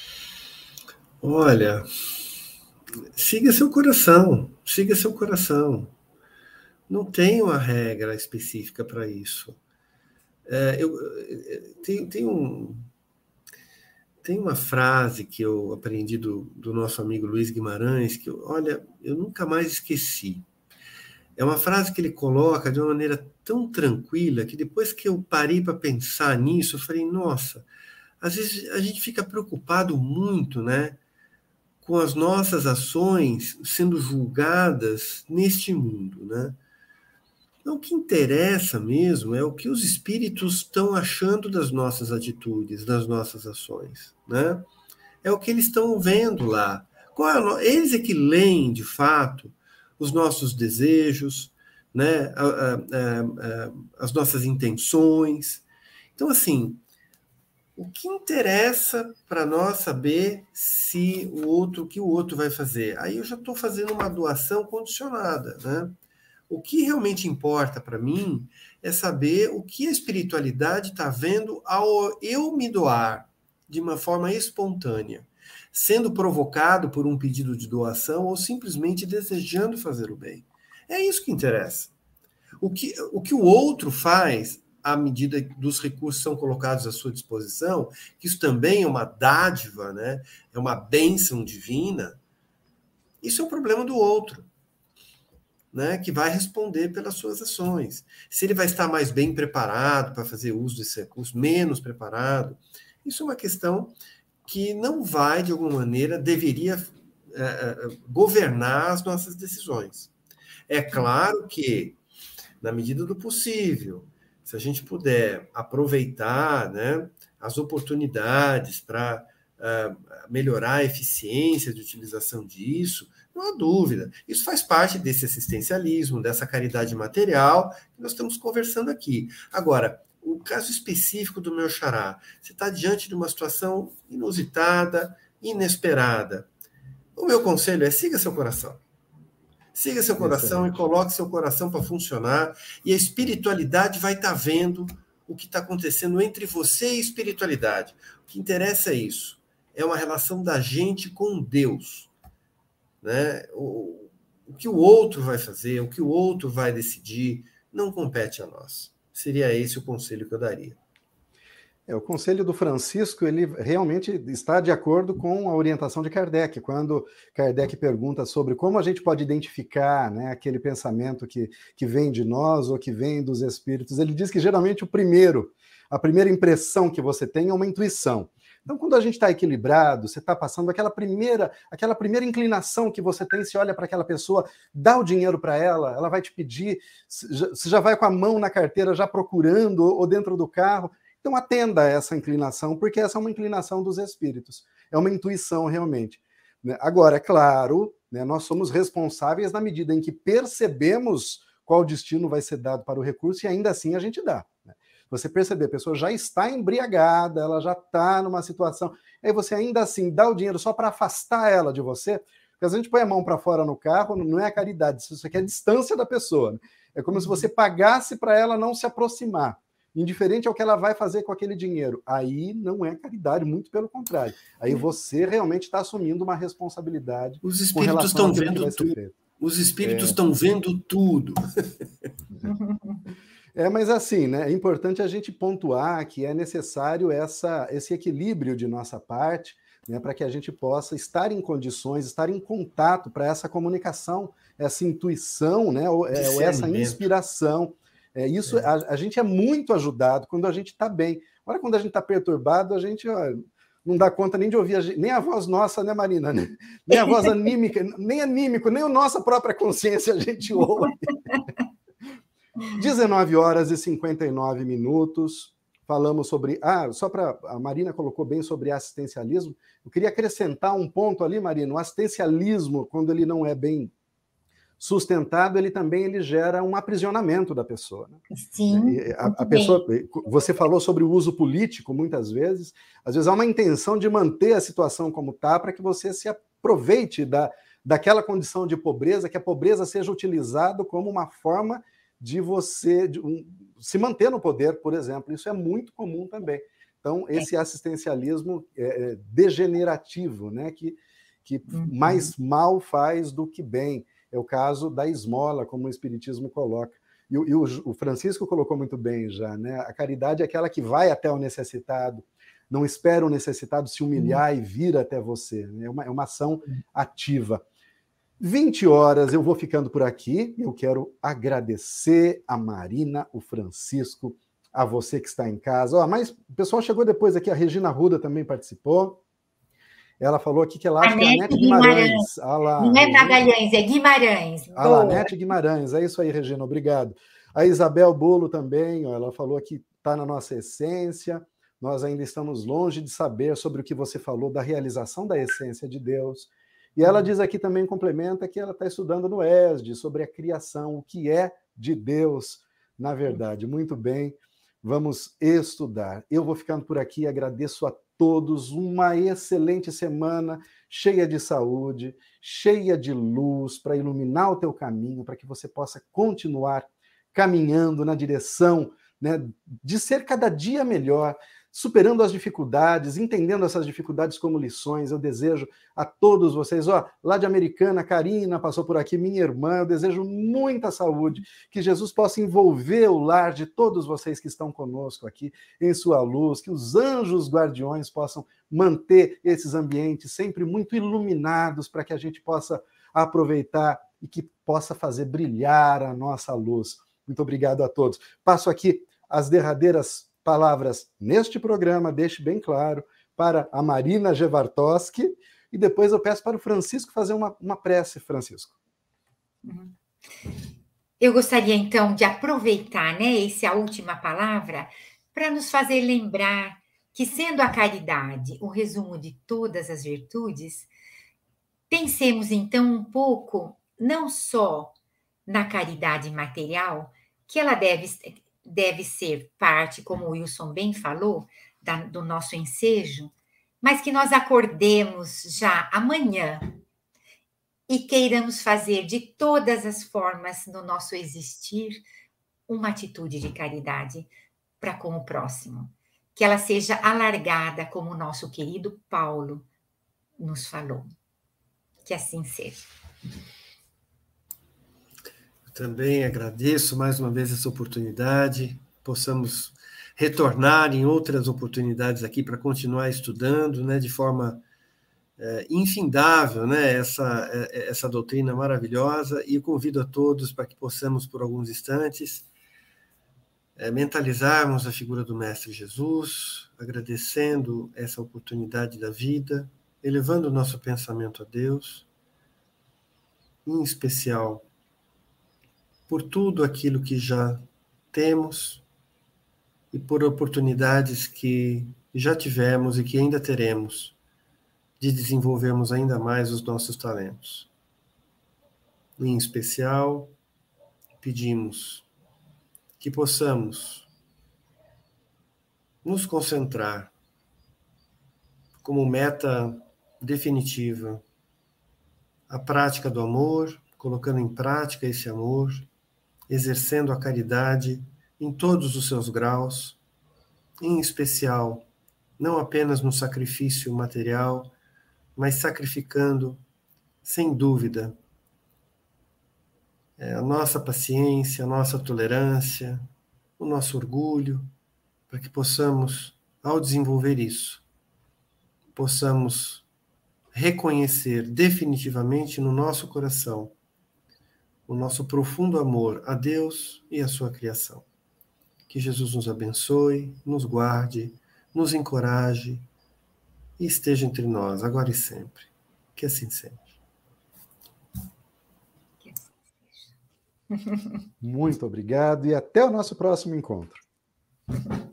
Speaker 2: Olha, siga seu coração, siga seu coração. Não tem uma regra específica para isso. É, eu, tem, tem, um, tem uma frase que eu aprendi do, do nosso amigo Luiz Guimarães, que, eu, olha, eu nunca mais esqueci. É uma frase que ele coloca de uma maneira tão tranquila que depois que eu parei para pensar nisso, eu falei, nossa, às vezes a gente fica preocupado muito, né, com as nossas ações sendo julgadas neste mundo, né? Então, o que interessa mesmo é o que os espíritos estão achando das nossas atitudes, das nossas ações, né? É o que eles estão vendo lá. Qual é a, eles é que leem, de fato, os nossos desejos, né? a, a, a, as nossas intenções. Então, assim, o que interessa para nós saber se o outro, o que o outro vai fazer? Aí eu já estou fazendo uma doação condicionada, né? O que realmente importa para mim é saber o que a espiritualidade está vendo ao eu me doar de uma forma espontânea, sendo provocado por um pedido de doação ou simplesmente desejando fazer o bem. É isso que interessa. O que o, que o outro faz à medida dos recursos são colocados à sua disposição, que isso também é uma dádiva, né? É uma bênção divina, isso é um problema do outro. Né, que vai responder pelas suas ações. Se ele vai estar mais bem preparado para fazer uso desse recurso, menos preparado, isso é uma questão que não vai, de alguma maneira, deveria é, governar as nossas decisões. É claro que, na medida do possível, se a gente puder aproveitar, né, as oportunidades para uh, melhorar a eficiência de utilização disso, não há dúvida. Isso faz parte desse assistencialismo, dessa caridade material que nós estamos conversando aqui. Agora, o caso específico do meu xará, você está diante de uma situação inusitada, inesperada. O meu conselho é siga seu coração. Siga seu coração Excelente. E coloque seu coração para funcionar, e a espiritualidade vai estar tá vendo o que está acontecendo entre você e a espiritualidade. O que interessa é isso. É uma relação da gente com Deus. Né? O, o que o outro vai fazer, o que o outro vai decidir, não compete a nós. Seria esse o conselho que eu daria.
Speaker 1: É, o conselho do Francisco, ele realmente está de acordo com a orientação de Kardec, quando Kardec pergunta sobre como a gente pode identificar, né, aquele pensamento que, que vem de nós ou que vem dos espíritos. Ele diz que geralmente o primeiro, a primeira impressão que você tem é uma intuição. Então, quando a gente está equilibrado, você está passando aquela primeira, aquela primeira inclinação que você tem, você olha para aquela pessoa, dá o dinheiro para ela, ela vai te pedir, você já vai com a mão na carteira, já procurando, ou dentro do carro. Então, atenda a essa inclinação, porque essa é uma inclinação dos espíritos. É uma intuição, realmente. Agora, é claro, né, nós somos responsáveis na medida em que percebemos qual destino vai ser dado para o recurso e ainda assim a gente dá. Né? Você perceber, a pessoa já está embriagada, ela já está numa situação, aí você ainda assim dá o dinheiro só para afastar ela de você, porque às vezes a gente põe a mão para fora no carro, não é a caridade, isso aqui é a distância da pessoa. Né? É como se você pagasse para ela não se aproximar, indiferente ao que ela vai fazer com aquele dinheiro. Aí não é caridade, muito pelo contrário. Aí você realmente está assumindo uma responsabilidade.
Speaker 2: Os espíritos estão vendo tudo. Os espíritos estão é... vendo tudo.
Speaker 1: É, mas assim, né, é importante a gente pontuar que é necessário essa, esse equilíbrio de nossa parte, né, para que a gente possa estar em condições, estar em contato para essa comunicação, essa intuição, né, ou, é, ou essa inspiração. É, isso, é. A, a gente é muito ajudado quando a gente está bem. Agora, quando a gente está perturbado, a gente ó, não dá conta nem de ouvir, a gente, nem a voz nossa, né, Marina? Né? Nem a voz anímica, nem anímico, nem a nossa própria consciência a gente ouve. dezenove horas e cinquenta e nove minutos, falamos sobre... Ah, só para... A Marina colocou bem sobre assistencialismo. Eu queria acrescentar um ponto ali, Marina. O assistencialismo, quando ele não é bem sustentado, ele também ele gera um aprisionamento da pessoa. Né?
Speaker 3: Sim.
Speaker 1: A, a pessoa, você falou sobre o uso político, muitas vezes. Às vezes há uma intenção de manter a situação como está, para que você se aproveite da, daquela condição de pobreza, que a pobreza seja utilizada como uma forma de você de um, se manter no poder, por exemplo. Isso é muito comum também. Então, esse assistencialismo é, degenerativo, né, que, que uhum. mais mal faz do que bem. É o caso da esmola, como o Espiritismo coloca. E, e o, o Francisco colocou muito bem já, né? A caridade é aquela que vai até o necessitado, não espera o necessitado se humilhar uhum. e vir até você. Né? É, uma, é uma ação ativa. vinte horas, eu vou ficando por aqui. Eu quero agradecer a Marina, o Francisco, a você que está em casa. Oh, mas o pessoal chegou depois aqui, a Regina Arruda também participou. Ela falou aqui que ela acha que é a Nete Guimarães. Ah lá,
Speaker 3: não é Magalhães, é Guimarães.
Speaker 1: Ah lá, Nete Guimarães. É isso aí, Regina, obrigado. A Isabel Bolo também, ó, ela falou que está na nossa essência. Nós ainda estamos longe de saber sobre o que você falou da realização da essência de Deus. E ela diz aqui também, complementa, que ela está estudando no E S D sobre a criação, o que é de Deus, na verdade. Muito bem, vamos estudar. Eu vou ficando por aqui, agradeço a todos, uma excelente semana, cheia de saúde, cheia de luz, para iluminar o teu caminho, para que você possa continuar caminhando na direção, né, de ser cada dia melhor, superando as dificuldades, entendendo essas dificuldades como lições. Eu desejo a todos vocês, ó, lá de Americana, Karina passou por aqui, minha irmã, eu desejo muita saúde, que Jesus possa envolver o lar de todos vocês que estão conosco aqui, em sua luz, que os anjos guardiões possam manter esses ambientes sempre muito iluminados, para que a gente possa aproveitar e que possa fazer brilhar a nossa luz. Muito obrigado a todos. Passo aqui as derradeiras palavras neste programa, deixe bem claro, para a Marina Gevartoski, e depois eu peço para o Francisco fazer uma, uma prece, Francisco.
Speaker 3: Eu gostaria, então, de aproveitar, né, essa última palavra para nos fazer lembrar que, sendo a caridade o resumo de todas as virtudes, pensemos, então, um pouco, não só na caridade material, que ela deve deve ser parte, como o Wilson bem falou, da, do nosso ensejo, mas que nós acordemos já amanhã e queiramos fazer de todas as formas no nosso existir uma atitude de caridade para com o próximo. Que ela seja alargada, como o nosso querido Paulo nos falou. Que assim seja.
Speaker 2: Também agradeço mais uma vez essa oportunidade, possamos retornar em outras oportunidades aqui para continuar estudando, né, de forma é, infindável, né, essa, essa doutrina maravilhosa, e eu convido a todos para que possamos, por alguns instantes, é, mentalizarmos a figura do Mestre Jesus, agradecendo essa oportunidade da vida, elevando o nosso pensamento a Deus, em especial por tudo aquilo que já temos e por oportunidades que já tivemos e que ainda teremos de desenvolvermos ainda mais os nossos talentos. Em especial, pedimos que possamos nos concentrar como meta definitiva a prática do amor, colocando em prática esse amor, exercendo a caridade em todos os seus graus, em especial, não apenas no sacrifício material, mas sacrificando, sem dúvida, a nossa paciência, a nossa tolerância, o nosso orgulho, para que possamos, ao desenvolver isso, possamos reconhecer definitivamente no nosso coração o nosso profundo amor a Deus e a sua criação. Que Jesus nos abençoe, nos guarde, nos encoraje e esteja entre nós, agora e sempre. Que assim seja.
Speaker 1: Muito obrigado e até o nosso próximo encontro.